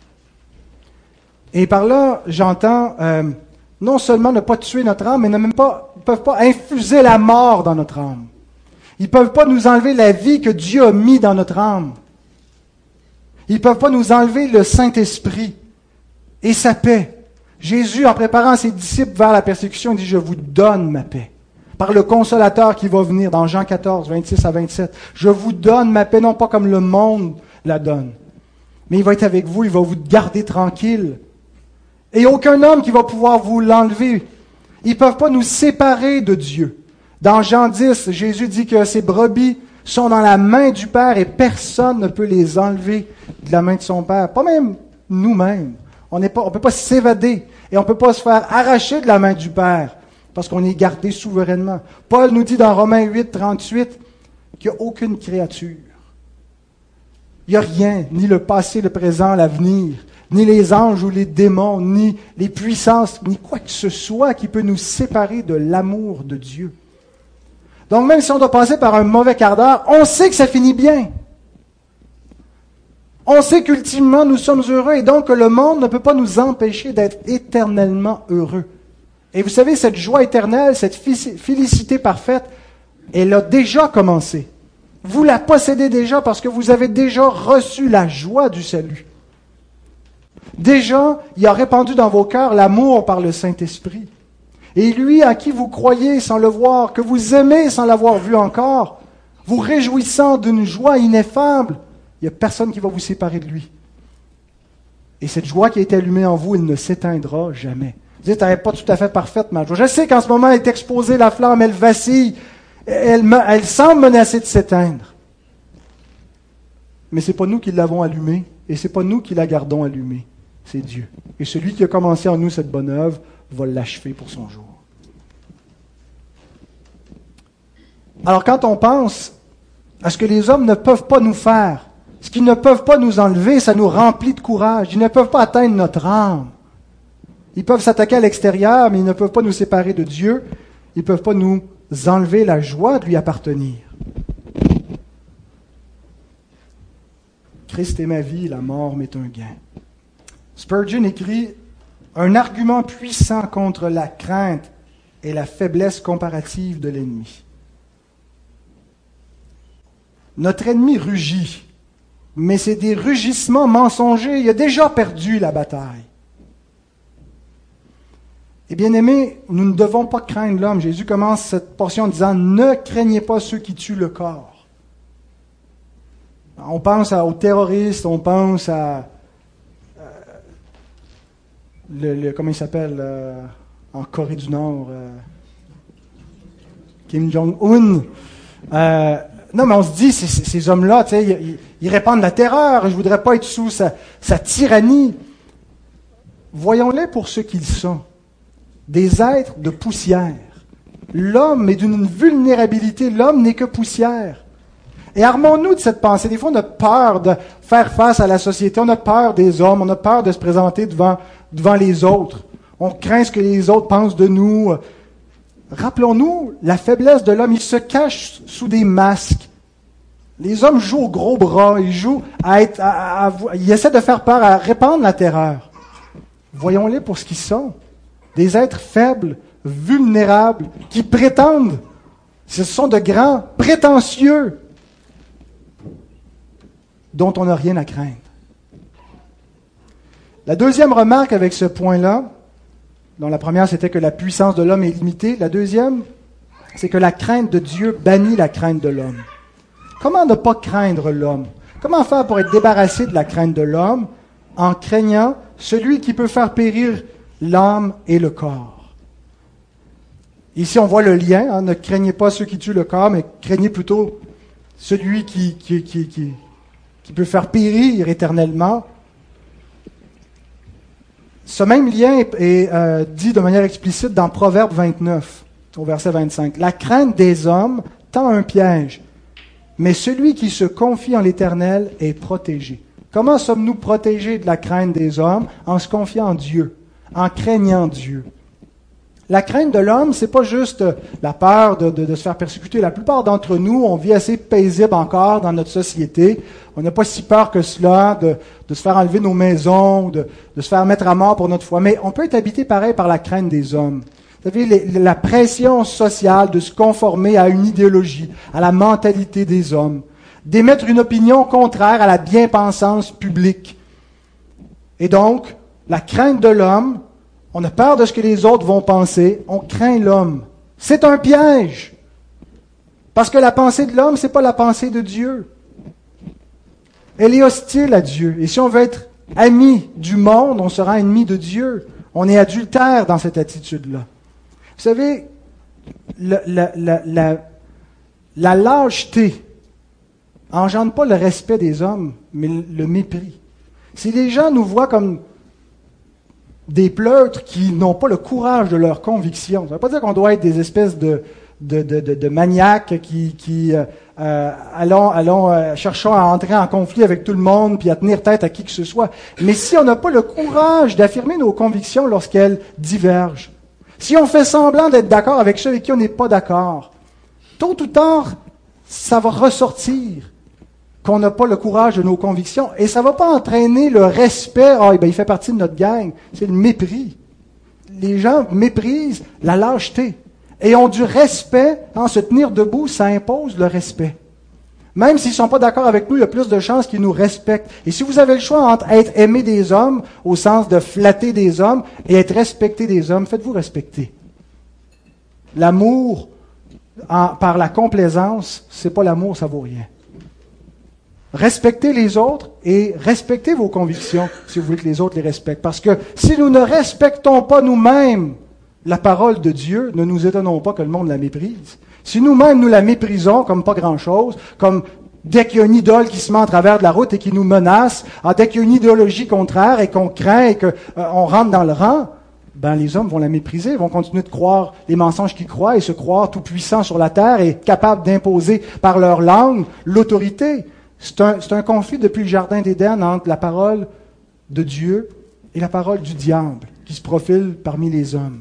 Et par là, j'entends non seulement ne pas tuer notre âme, mais ils ne peuvent pas infuser la mort dans notre âme. Ils ne peuvent pas nous enlever la vie que Dieu a mis dans notre âme. Ils ne peuvent pas nous enlever le Saint-Esprit et sa paix. Jésus, en préparant ses disciples vers la persécution, dit « Je vous donne ma paix ». Par le Consolateur qui va venir dans Jean 14, 26 à 27. « Je vous donne ma paix, non pas comme le monde la donne. Mais il va être avec vous, il va vous garder tranquille. Et aucun homme qui va pouvoir vous l'enlever. Ils ne peuvent pas nous séparer de Dieu. Dans Jean 10, Jésus dit que ses brebis sont dans la main du Père et personne ne peut les enlever de la main de son Père. Pas même nous-mêmes. On ne peut pas s'évader et on ne peut pas se faire arracher de la main du Père parce qu'on est gardé souverainement. Paul nous dit dans Romains 8, 38 qu'il n'y a aucune créature. Il n'y a rien, ni le passé, le présent, l'avenir, ni les anges ou les démons, ni les puissances, ni quoi que ce soit qui peut nous séparer de l'amour de Dieu. Donc même si on doit passer par un mauvais quart d'heure, on sait que ça finit bien. On sait qu'ultimement nous sommes heureux et donc que le monde ne peut pas nous empêcher d'être éternellement heureux. Et vous savez, cette joie éternelle, cette félicité parfaite, elle a déjà commencé. Vous la possédez déjà parce que vous avez déjà reçu la joie du salut. Déjà, il a répandu dans vos cœurs l'amour par le Saint-Esprit. Et lui, à qui vous croyez sans le voir, que vous aimez sans l'avoir vu encore, vous réjouissant d'une joie ineffable, il n'y a personne qui va vous séparer de lui. Et cette joie qui a été allumée en vous, elle ne s'éteindra jamais. Vous dites, elle n'est pas tout à fait parfaite, ma joie. Je sais qu'en ce moment, elle est exposée, la flamme, elle vacille, elle semble menacer de s'éteindre. Mais ce n'est pas nous qui l'avons allumée, et ce n'est pas nous qui la gardons allumée. C'est Dieu. Et celui qui a commencé en nous cette bonne œuvre va l'achever pour son jour. Alors quand on pense à ce que les hommes ne peuvent pas nous faire, ce qu'ils ne peuvent pas nous enlever, ça nous remplit de courage. Ils ne peuvent pas atteindre notre âme. Ils peuvent s'attaquer à l'extérieur, mais ils ne peuvent pas nous séparer de Dieu. Ils ne peuvent pas nous enlever la joie de lui appartenir. Christ est ma vie, la mort m'est un gain. Spurgeon écrit « Un argument puissant contre la crainte est la faiblesse comparative de l'ennemi. » Notre ennemi rugit, mais c'est des rugissements mensongers. Il a déjà perdu la bataille. Et bien aimés, nous ne devons pas craindre l'homme. Jésus commence cette portion en disant « Ne craignez pas ceux qui tuent le corps. » On pense aux terroristes, on pense à comment il s'appelle en Corée du Nord, Kim Jong-un. Non, mais on se dit, ces hommes-là, tu sais, ils répandent la terreur. Je voudrais pas être sous sa tyrannie. Voyons-les pour ce qu'ils sont. Des êtres de poussière. L'homme est d'une vulnérabilité. L'homme n'est que poussière. Et armons-nous de cette pensée. Des fois, on a peur de faire face à la société. On a peur des hommes. On a peur de se présenter devant les autres. On craint ce que les autres pensent de nous. Rappelons-nous la faiblesse de l'homme. Il se cache sous des masques. Les hommes jouent au gros bras. Ils jouent ils essaient de faire peur, à répandre la terreur. Voyons-les pour ce qu'ils sont. Des êtres faibles, vulnérables, qui prétendent. Ce sont de grands prétentieux dont on n'a rien à craindre. La deuxième remarque avec ce point-là, dont la première c'était que la puissance de l'homme est limitée, la deuxième, c'est que la crainte de Dieu bannit la crainte de l'homme. Comment ne pas craindre l'homme? Comment faire pour être débarrassé de la crainte de l'homme en craignant celui qui peut faire périr l'âme et le corps. Ici, on voit le lien. Hein, ne craignez pas ceux qui tuent le corps, mais craignez plutôt celui qui peut faire périr éternellement. Ce même lien est dit de manière explicite dans Proverbe 29, au verset 25. La crainte des hommes tend un piège, mais celui qui se confie en l'Éternel est protégé. Comment sommes-nous protégés de la crainte des hommes? En se confiant en Dieu, en craignant Dieu. La crainte de l'homme, c'est pas juste la peur de se faire persécuter. La plupart d'entre nous, on vit assez paisible encore dans notre société. On n'a pas si peur que cela de se faire enlever nos maisons, de se faire mettre à mort pour notre foi. Mais on peut être habité pareil par la crainte des hommes. Vous savez, la pression sociale de se conformer à une idéologie, à la mentalité des hommes, d'émettre une opinion contraire à la bien-pensance publique. Et donc, la crainte de l'homme, on a peur de ce que les autres vont penser, on craint l'homme. C'est un piège. Parce que la pensée de l'homme, c'est pas la pensée de Dieu. Elle est hostile à Dieu. Et si on veut être ami du monde, on sera ennemi de Dieu. On est adultère dans cette attitude-là. Vous savez, la lâcheté engendre pas le respect des hommes, mais le mépris. Si les gens nous voient comme des pleutres qui n'ont pas le courage de leurs convictions, ça ne veut pas dire qu'on doit être des espèces de maniaques qui cherchons à entrer en conflit avec tout le monde puis à tenir tête à qui que ce soit. Mais si on n'a pas le courage d'affirmer nos convictions lorsqu'elles divergent, si on fait semblant d'être d'accord avec ceux avec qui on n'est pas d'accord, tôt ou tard, ça va ressortir qu'on n'a pas le courage de nos convictions. Et ça ne va pas entraîner le respect. Il fait partie de notre gang. C'est le mépris. Les gens méprisent la lâcheté. Et ont du respect. Se tenir debout, ça impose le respect. Même s'ils ne sont pas d'accord avec nous, il y a plus de chances qu'ils nous respectent. Et si vous avez le choix entre être aimé des hommes, au sens de flatter des hommes, et être respecté des hommes, faites-vous respecter. L'amour, par la complaisance, c'est pas l'amour, ça vaut rien. Respectez les autres et respectez vos convictions si vous voulez que les autres les respectent. Parce que si nous ne respectons pas nous-mêmes la parole de Dieu, ne nous étonnons pas que le monde la méprise. Si nous-mêmes nous la méprisons comme pas grand-chose, comme dès qu'il y a une idole qui se met en travers de la route et qui nous menace, dès qu'il y a une idéologie contraire et qu'on craint et qu'on rentre dans le rang, les hommes vont la mépriser, vont continuer de croire les mensonges qu'ils croient et se croire tout puissants sur la terre et capables d'imposer par leur langue l'autorité. C'est un conflit depuis le Jardin d'Éden entre la parole de Dieu et la parole du diable qui se profile parmi les hommes.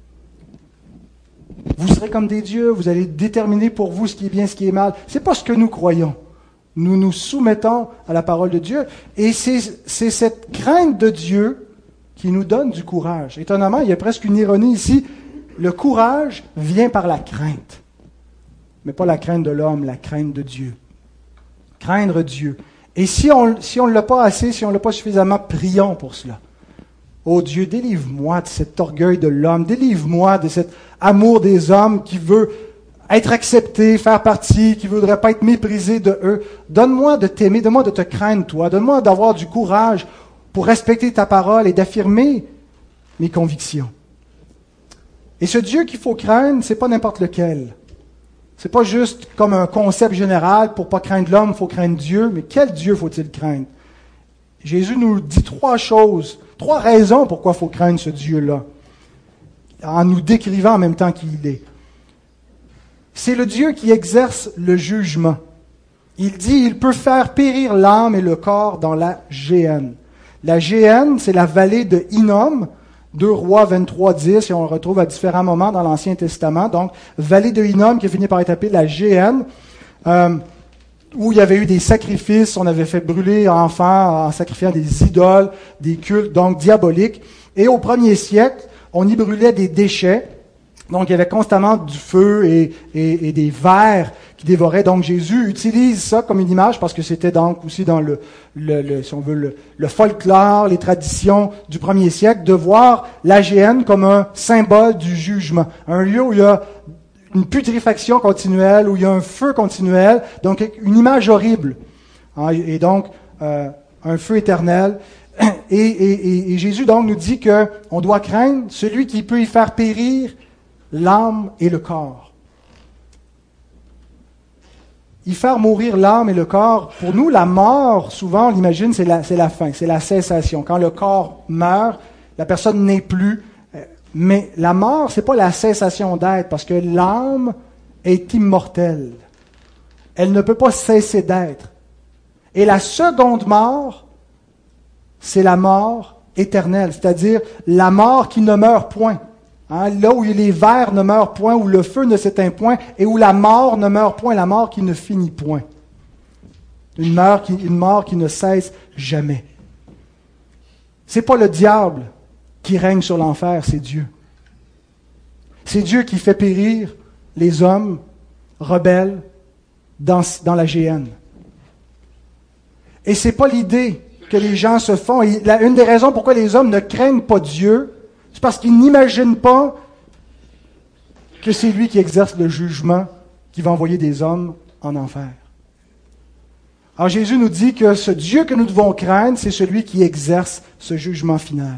Vous serez comme des dieux, vous allez déterminer pour vous ce qui est bien, ce qui est mal. Ce n'est pas ce que nous croyons. Nous nous soumettons à la parole de Dieu et c'est cette crainte de Dieu qui nous donne du courage. Étonnamment, il y a presque une ironie ici. Le courage vient par la crainte. Mais pas la crainte de l'homme, la crainte de Dieu. Craindre Dieu. Et si on ne l'a pas assez, si on ne l'a pas suffisamment, prions pour cela. Oh Dieu, délivre-moi de cet orgueil de l'homme, délivre-moi de cet amour des hommes qui veut être accepté, faire partie, qui ne voudrait pas être méprisé de eux. Donne-moi de t'aimer, donne-moi de te craindre toi, donne-moi d'avoir du courage pour respecter ta parole et d'affirmer mes convictions. Et ce Dieu qu'il faut craindre, c'est pas n'importe lequel. C'est pas juste comme un concept général, pour pas craindre l'homme, il faut craindre Dieu, mais quel Dieu faut-il craindre? Jésus nous dit trois raisons pourquoi il faut craindre ce Dieu-là, en nous décrivant en même temps qui il est. C'est le Dieu qui exerce le jugement. Il dit, il peut faire périr l'âme et le corps dans la géhenne. La géhenne, c'est la vallée de Hinnom, 2 Rois 23, 10, et on le retrouve à différents moments dans l'Ancien Testament. Donc, vallée de Hinnom qui a fini par être appelée la géhenne, où il y avait eu des sacrifices, on avait fait brûler enfants en sacrifiant des idoles, des cultes, donc diaboliques. Et au 1er siècle, on y brûlait des déchets. Donc, il y avait constamment du feu et des vers qui dévoraient. Donc, Jésus utilise ça comme une image parce que c'était donc aussi dans si on veut, le folklore, les traditions du 1er siècle, de voir la géhenne comme un symbole du jugement. Un lieu où il y a une putréfaction continuelle, où il y a un feu continuel. Donc, une image horrible. Et donc, un feu éternel. Et Jésus donc nous dit qu'on doit craindre celui qui peut y faire périr l'âme et le corps. Y faire mourir l'âme et le corps, pour nous, la mort, souvent, on l'imagine, c'est la fin, c'est la cessation. Quand le corps meurt, la personne n'est plus. Mais la mort, c'est pas la cessation d'être, parce que l'âme est immortelle. Elle ne peut pas cesser d'être. Et la seconde mort, c'est la mort éternelle, c'est-à-dire la mort qui ne meurt point. Là où les vers ne meurent point, où le feu ne s'éteint point, et où la mort ne meurt point, la mort qui ne finit point. Une mort qui ne cesse jamais. C'est pas le diable qui règne sur l'enfer, c'est Dieu. C'est Dieu qui fait périr les hommes rebelles dans la géhenne. Et c'est pas l'idée que les gens se font. Et une des raisons pourquoi les hommes ne craignent pas Dieu, c'est parce qu'ils n'imaginent pas que c'est lui qui exerce le jugement qui va envoyer des hommes en enfer. Alors Jésus nous dit que ce Dieu que nous devons craindre, c'est celui qui exerce ce jugement final.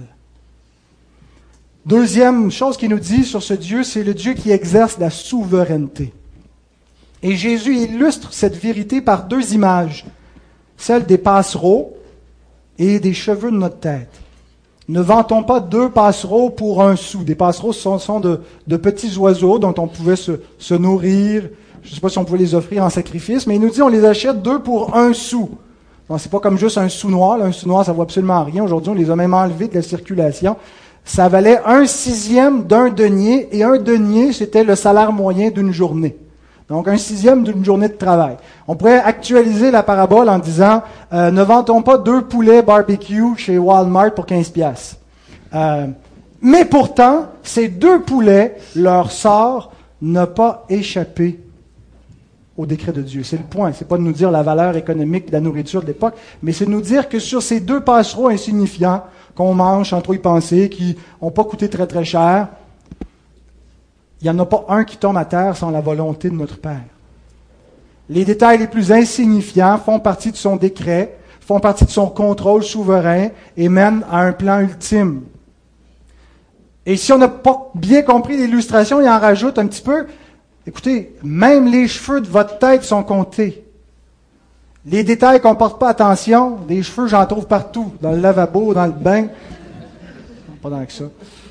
Deuxième chose qu'il nous dit sur ce Dieu, c'est le Dieu qui exerce la souveraineté. Et Jésus illustre cette vérité par deux images, celle des passereaux et des cheveux de notre tête. Ne vantons pas 2 passereaux pour 1 sou. Des passereaux sont de petits oiseaux dont on pouvait se nourrir. Je ne sais pas si on pouvait les offrir en sacrifice, mais il nous dit on les achète 2 pour 1 sou. Bon, c'est pas comme juste un sou noir. Là, un sou noir, ça vaut absolument rien. Aujourd'hui, on les a même enlevés de la circulation. Ça valait 1/6 d'un denier, et 1 denier, c'était le salaire moyen d'une journée. Donc, 1/6 d'une journée de travail. On pourrait actualiser la parabole en disant, ne vantons pas 2 poulets barbecue chez Walmart pour 15$. Mais pourtant, ces 2 poulets, leur sort n'a pas échappé au décret de Dieu. C'est le point. C'est pas de nous dire la valeur économique de la nourriture de l'époque, mais c'est de nous dire que sur ces 2 passereaux insignifiants, qu'on mange sans trop y penser, qui n'ont pas coûté très très cher, il n'y en a pas un qui tombe à terre sans la volonté de notre Père. Les détails les plus insignifiants font partie de son décret, font partie de son contrôle souverain et mènent à un plan ultime. Et si on n'a pas bien compris l'illustration, il en rajoute un petit peu. Écoutez, même les cheveux de votre tête sont comptés. Les détails qu'on ne porte pas attention, des cheveux, j'en trouve partout, dans le lavabo, dans le bain. Pas dans que ça.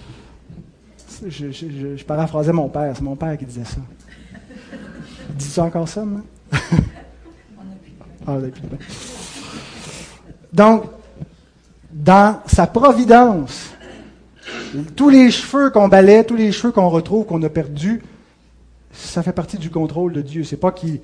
Je paraphrasais mon père, c'est mon père qui disait ça. Dis-tu encore ça, moi? Ah, donc, dans sa providence, tous les cheveux qu'on balaie, tous les cheveux qu'on retrouve, qu'on a perdus, ça fait partie du contrôle de Dieu. C'est pas qu'il...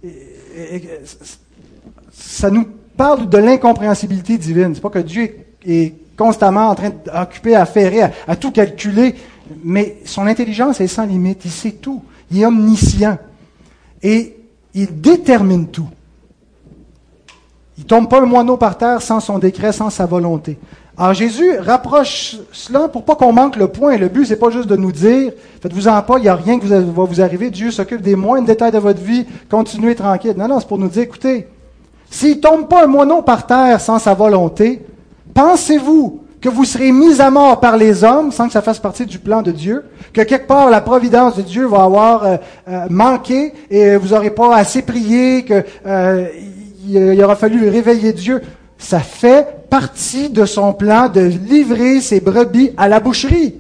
Ça nous parle de l'incompréhensibilité divine. C'est pas que Dieu est constamment en train d'occuper, à ferrer, à tout calculer, mais son intelligence est sans limite. Il sait tout. Il est omniscient. Et il détermine tout. Il ne tombe pas un moineau par terre sans son décret, sans sa volonté. Alors Jésus rapproche cela pour pas qu'on manque le point. Le but, c'est pas juste de nous dire, faites-vous-en pas, il n'y a rien qui va vous arriver, Dieu s'occupe des moindres détails de votre vie, continuez tranquille. Non, c'est pour nous dire, écoutez, s'il ne tombe pas un moineau par terre sans sa volonté, pensez-vous que vous serez mis à mort par les hommes sans que ça fasse partie du plan de Dieu, que quelque part la providence de Dieu va avoir manqué et vous n'aurez pas assez prié, qu'il aura fallu réveiller Dieu. Ça fait partie de son plan de livrer ses brebis à la boucherie.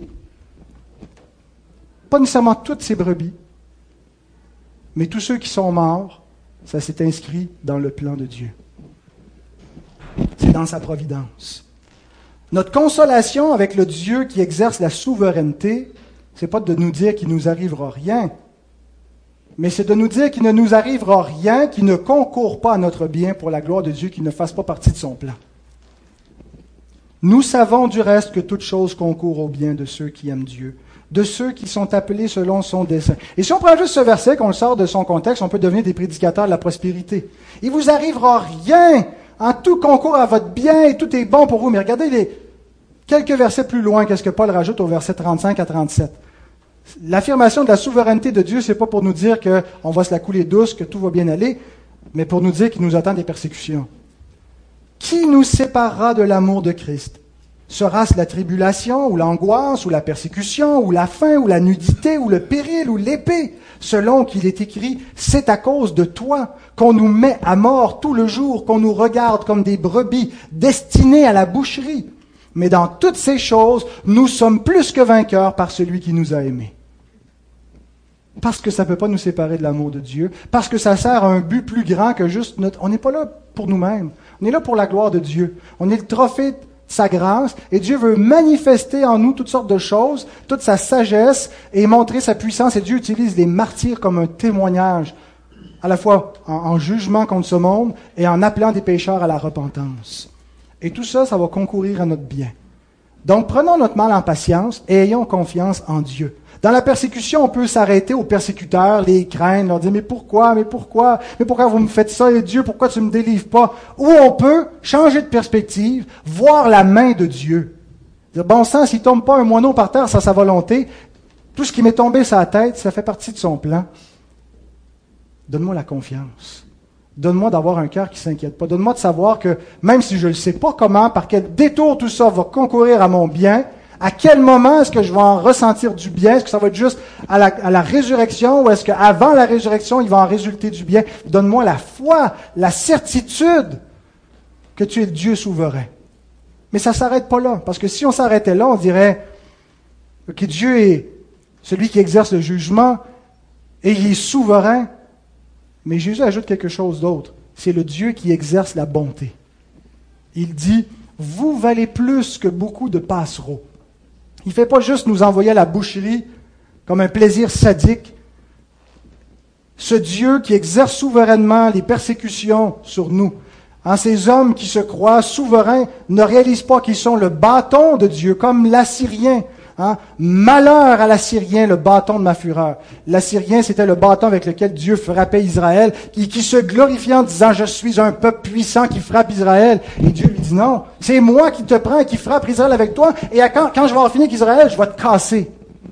Pas nécessairement toutes ces brebis, mais tous ceux qui sont morts, ça s'est inscrit dans le plan de Dieu. C'est dans sa providence. Notre consolation avec le Dieu qui exerce la souveraineté, c'est pas de nous dire qu'il ne nous arrivera rien, mais c'est de nous dire qu'il ne nous arrivera rien qui ne concourt pas à notre bien pour la gloire de Dieu, qui ne fasse pas partie de son plan. Nous savons du reste que toute chose concourt au bien de ceux qui aiment Dieu, de ceux qui sont appelés selon son dessein. Et si on prend juste ce verset, qu'on le sort de son contexte, on peut devenir des prédicateurs de la prospérité. Il vous arrivera rien, en tout concourt à votre bien et tout est bon pour vous. Mais regardez quelques versets plus loin, qu'est-ce que Paul rajoute au verset 35 à 37. L'affirmation de la souveraineté de Dieu, c'est pas pour nous dire qu'on va se la couler douce, que tout va bien aller, mais pour nous dire qu'il nous attend des persécutions. Qui nous séparera de l'amour de Christ? Sera-ce la tribulation, ou l'angoisse, ou la persécution, ou la faim, ou la nudité, ou le péril, ou l'épée? Selon qu'il est écrit, c'est à cause de toi qu'on nous met à mort tout le jour, qu'on nous regarde comme des brebis destinées à la boucherie. Mais dans toutes ces choses, nous sommes plus que vainqueurs par celui qui nous a aimés. Parce que ça ne peut pas nous séparer de l'amour de Dieu, parce que ça sert à un but plus grand que juste notre... On n'est pas là pour nous-mêmes, on est là pour la gloire de Dieu. On est le trophée de sa grâce, et Dieu veut manifester en nous toutes sortes de choses, toute sa sagesse, et montrer sa puissance. Et Dieu utilise les martyrs comme un témoignage, à la fois en jugement contre ce monde, et en appelant des pécheurs à la repentance. Et tout ça, ça va concourir à notre bien. Donc prenons notre mal en patience, et ayons confiance en Dieu. Dans la persécution, on peut s'arrêter aux persécuteurs, les craindre, leur dire « Mais pourquoi vous me faites ça? Et Dieu, pourquoi tu ne me délivres pas? » Ou on peut changer de perspective, voir la main de Dieu. Dire « Bon sang, s'il ne tombe pas un moineau par terre sans sa volonté, tout ce qui m'est tombé sur la tête, ça fait partie de son plan. Donne-moi la confiance. Donne-moi d'avoir un cœur qui ne s'inquiète pas. Donne-moi de savoir que, même si je ne sais pas comment, par quel détour tout ça va concourir à mon bien, à quel moment est-ce que je vais en ressentir du bien? Est-ce que ça va être juste à la résurrection, ou est-ce qu'avant la résurrection, il va en résulter du bien? Donne-moi la foi, la certitude que tu es le Dieu souverain. Mais ça ne s'arrête pas là, parce que si on s'arrêtait là, on dirait que Dieu est celui qui exerce le jugement, et il est souverain. Mais Jésus ajoute quelque chose d'autre. C'est le Dieu qui exerce la bonté. Il dit, vous valez plus que beaucoup de passereaux. Il ne fait pas juste nous envoyer à la boucherie comme un plaisir sadique. Ce Dieu qui exerce souverainement les persécutions sur nous, ces hommes qui se croient souverains ne réalisent pas qu'ils sont le bâton de Dieu, comme l'Assyrien. Malheur à l'Assyrien, le bâton de ma fureur. L'Assyrien, c'était le bâton avec lequel Dieu frappait Israël, qui se glorifiait en disant « Je suis un peuple puissant qui frappe Israël ». Et Dieu lui dit « Non, c'est moi qui te prends et qui frappe Israël avec toi, et quand je vais en finir avec Israël, je vais te casser ».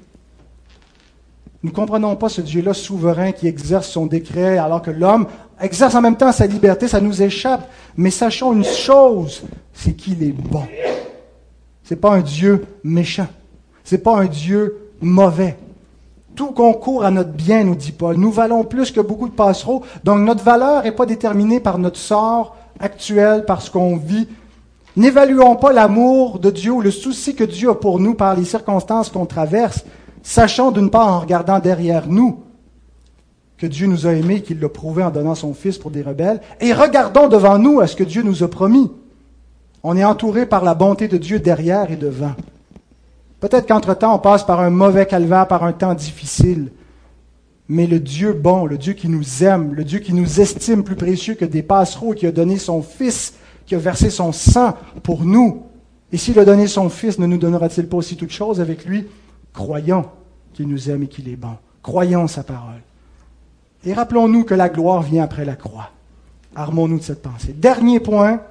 Nous ne comprenons pas ce Dieu-là souverain qui exerce son décret, alors que l'homme exerce en même temps sa liberté, ça nous échappe. Mais sachons une chose, c'est qu'il est bon. C'est pas un Dieu méchant. C'est pas un Dieu mauvais. Tout concourt à notre bien, nous dit Paul. Nous valons plus que beaucoup de passereaux. Donc notre valeur n'est pas déterminée par notre sort actuel, par ce qu'on vit. N'évaluons pas l'amour de Dieu ou le souci que Dieu a pour nous par les circonstances qu'on traverse. Sachons d'une part en regardant derrière nous que Dieu nous a aimés et qu'il l'a prouvé en donnant son Fils pour des rebelles. Et regardons devant nous à ce que Dieu nous a promis. On est entouré par la bonté de Dieu derrière et devant. Peut-être qu'entre-temps, on passe par un mauvais calvaire, par un temps difficile. Mais le Dieu bon, le Dieu qui nous aime, le Dieu qui nous estime plus précieux que des passereaux, qui a donné son Fils, qui a versé son sang pour nous. Et s'il a donné son Fils, ne nous donnera-t-il pas aussi toutes choses avec lui? Croyons qu'il nous aime et qu'il est bon. Croyons sa parole. Et rappelons-nous que la gloire vient après la croix. Armons-nous de cette pensée. Dernier point,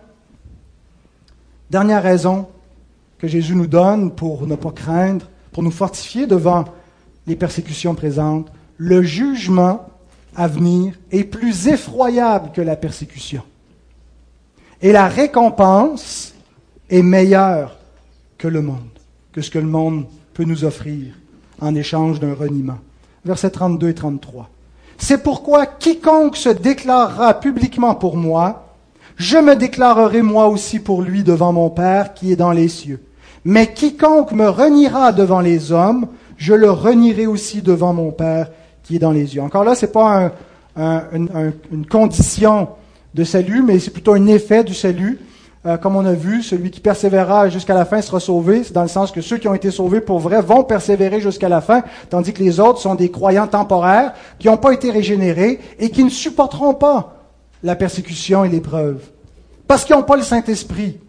dernière raison que Jésus nous donne pour ne pas craindre, pour nous fortifier devant les persécutions présentes. Le jugement à venir est plus effroyable que la persécution. Et la récompense est meilleure que le monde, que ce que le monde peut nous offrir en échange d'un reniement. Versets 32 et 33. C'est pourquoi quiconque se déclarera publiquement pour moi, je me déclarerai moi aussi pour lui devant mon Père qui est dans les cieux. Mais quiconque me reniera devant les hommes, je le renierai aussi devant mon Père qui est dans les cieux. Encore là, ce n'est pas une condition de salut, mais c'est plutôt un effet du salut. Comme on a vu, celui qui persévérera jusqu'à la fin sera sauvé. C'est dans le sens que ceux qui ont été sauvés pour vrai vont persévérer jusqu'à la fin, tandis que les autres sont des croyants temporaires qui n'ont pas été régénérés et qui ne supporteront pas la persécution et l'épreuve, parce qu'ils n'ont pas le Saint-Esprit.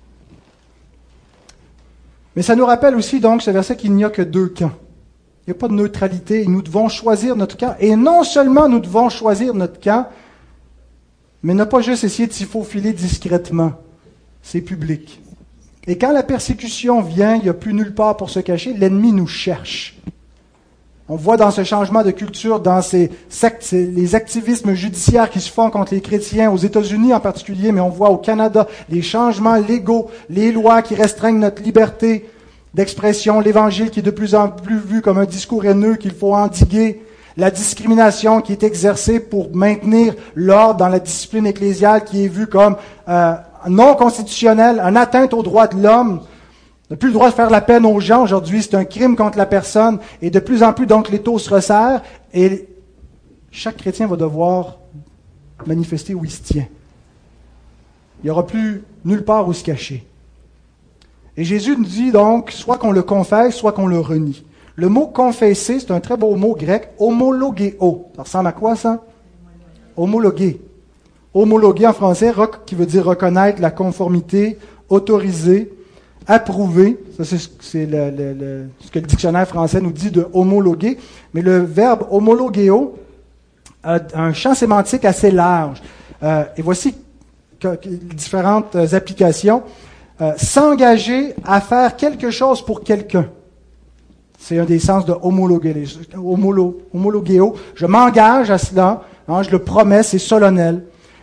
Mais ça nous rappelle aussi donc ce verset qu'il n'y a que deux camps. Il n'y a pas de neutralité et nous devons choisir notre camp. Et non seulement nous devons choisir notre camp, mais ne pas juste essayer de s'y faufiler discrètement. C'est public. Et quand la persécution vient, il n'y a plus nulle part pour se cacher, l'ennemi nous cherche. On voit dans ce changement de culture, dans ces sectes, les activismes judiciaires qui se font contre les chrétiens, aux États-Unis en particulier, mais on voit au Canada les changements légaux, les lois qui restreignent notre liberté d'expression, l'Évangile qui est de plus en plus vu comme un discours haineux qu'il faut endiguer, la discrimination qui est exercée pour maintenir l'ordre dans la discipline ecclésiale qui est vue comme non constitutionnelle, une atteinte aux droits de l'homme. On n'a plus le droit de faire la peine aux gens. Aujourd'hui, c'est un crime contre la personne. Et de plus en plus, donc, les taux se resserrent. Et chaque chrétien va devoir manifester où il se tient. Il n'y aura plus nulle part où se cacher. Et Jésus nous dit donc, soit qu'on le confesse, soit qu'on le renie. Le mot « confesser », c'est un très beau mot grec, « homologeo ». Ça ressemble à quoi, ça? Homologuer. Homologuer en français, qui veut dire reconnaître la conformité, autoriser, approuver. Ça, c'est ce que le dictionnaire français nous dit de homologuer. Mais le verbe homologeo a un champ sémantique assez large. Et voici différentes applications. S'engager à faire quelque chose pour quelqu'un. C'est un des sens de homologeo. Je m'engage à cela. Hein, je le promets, c'est solennel.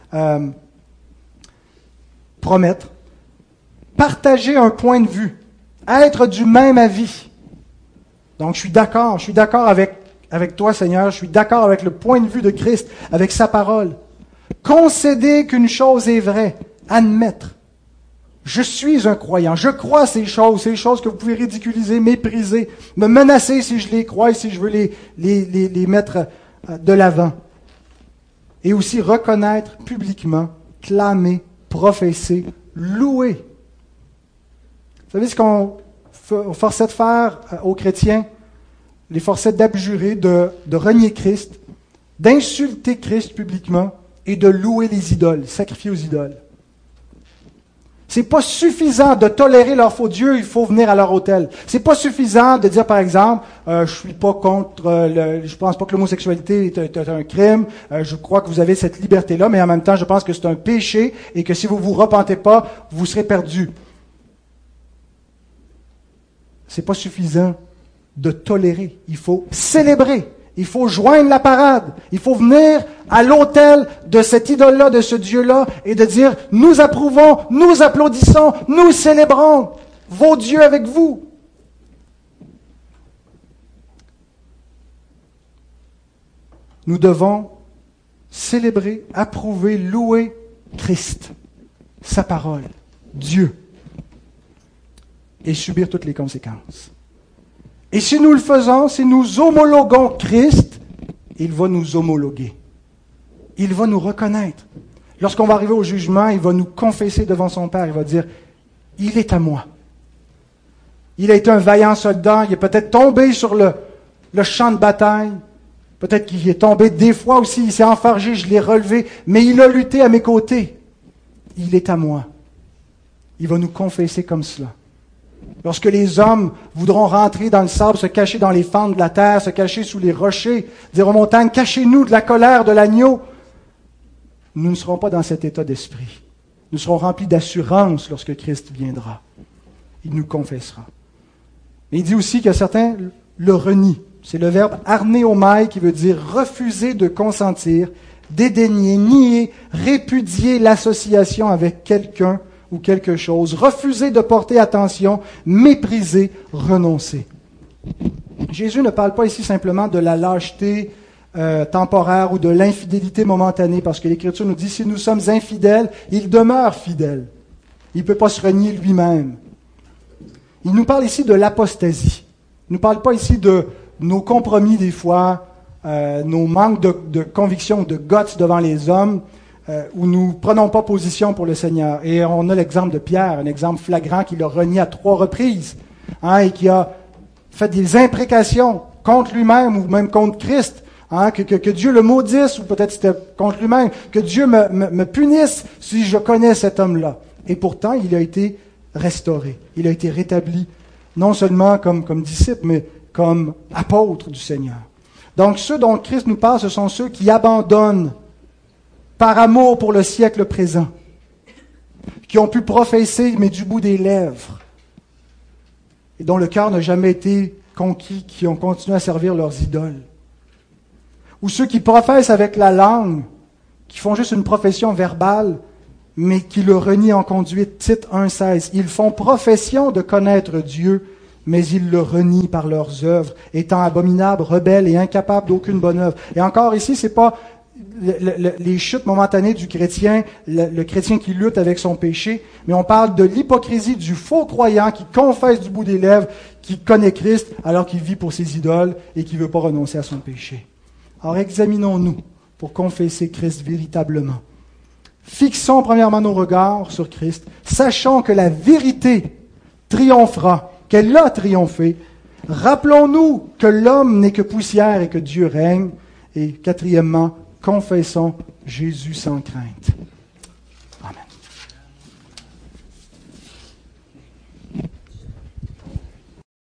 Promettre. Partager un point de vue. Être du même avis. Donc, je suis d'accord avec toi, Seigneur. Je suis d'accord avec le point de vue de Christ, avec sa parole. Concéder qu'une chose est vraie. Admettre. Je suis un croyant. Je crois ces choses que vous pouvez ridiculiser, mépriser, me menacer si je les crois et si je veux les mettre de l'avant. Et aussi reconnaître publiquement, clamer, professer, louer. Vous savez ce qu'on forçait de faire aux chrétiens? Les forçait d'abjurer, de renier Christ, d'insulter Christ publiquement et de louer les idoles, sacrifier aux idoles. C'est pas suffisant de tolérer leur faux Dieu, il faut venir à leur autel. C'est pas suffisant de dire, par exemple, je suis pas contre, je pense pas que l'homosexualité est un crime, je crois que vous avez cette liberté-là, mais en même temps, je pense que c'est un péché et que si vous vous repentez pas, vous serez perdus. C'est pas suffisant de tolérer. Il faut célébrer. Il faut joindre la parade. Il faut venir à l'autel de cette idole-là, de ce Dieu-là, et de dire, nous approuvons, nous applaudissons, nous célébrons vos dieux avec vous. Nous devons célébrer, approuver, louer Christ, sa parole, Dieu, et subir toutes les conséquences. Et si nous le faisons, si nous homologuons Christ, il va nous homologuer. Il va nous reconnaître. Lorsqu'on va arriver au jugement, il va nous confesser devant son Père. Il va dire, il est à moi. Il a été un vaillant soldat. Il est peut-être tombé sur le champ de bataille. Peut-être qu'il est tombé des fois aussi. Il s'est enfargé, je l'ai relevé. Mais il a lutté à mes côtés. Il est à moi. Il va nous confesser comme cela. Lorsque les hommes voudront rentrer dans le sable, se cacher dans les fentes de la terre, se cacher sous les rochers, dire aux montagnes, cachez-nous de la colère de l'agneau, nous ne serons pas dans cet état d'esprit. Nous serons remplis d'assurance lorsque Christ viendra. Il nous confessera. Mais il dit aussi que certains le renient. C'est le verbe arnéomai qui veut dire refuser de consentir, dédaigner, nier, répudier l'association avec quelqu'un ou quelque chose, refuser de porter attention, mépriser, renoncer. Jésus ne parle pas ici simplement de la lâcheté temporaire ou de l'infidélité momentanée, parce que l'Écriture nous dit, si nous sommes infidèles, il demeure fidèle. Il ne peut pas se renier lui-même. Il nous parle ici de l'apostasie. Il ne nous parle pas ici de nos compromis des fois, nos manques de conviction, de guts devant les hommes, où nous ne prenons pas position pour le Seigneur. Et on a l'exemple de Pierre, un exemple flagrant qui l'a renié à 3 reprises, et qui a fait des imprécations contre lui-même ou même contre Christ, que Dieu le maudisse, ou peut-être c'était contre lui-même, que Dieu me punisse si je connais cet homme-là. Et pourtant, il a été restauré, il a été rétabli, non seulement comme disciple, mais comme apôtre du Seigneur. Donc ceux dont Christ nous parle, ce sont ceux qui abandonnent par amour pour le siècle présent, qui ont pu professer, mais du bout des lèvres, et dont le cœur n'a jamais été conquis qui ont continué à servir leurs idoles. Ou ceux qui professent avec la langue, qui font juste une profession verbale, mais qui le renient en conduite. Tite 1,16. Ils font profession de connaître Dieu, mais ils le renient par leurs œuvres, étant abominables, rebelles et incapables d'aucune bonne œuvre. Et encore ici, c'est pas les chutes momentanées du chrétien, le chrétien qui lutte avec son péché, mais on parle de l'hypocrisie du faux croyant qui confesse du bout des lèvres, qui connaît Christ alors qu'il vit pour ses idoles et qui ne veut pas renoncer à son péché. Alors examinons-nous pour confesser Christ véritablement. Fixons premièrement nos regards sur Christ, sachant que la vérité triomphera, qu'elle a triomphé. Rappelons-nous que l'homme n'est que poussière et que Dieu règne. Et quatrièmement, confessons Jésus sans crainte.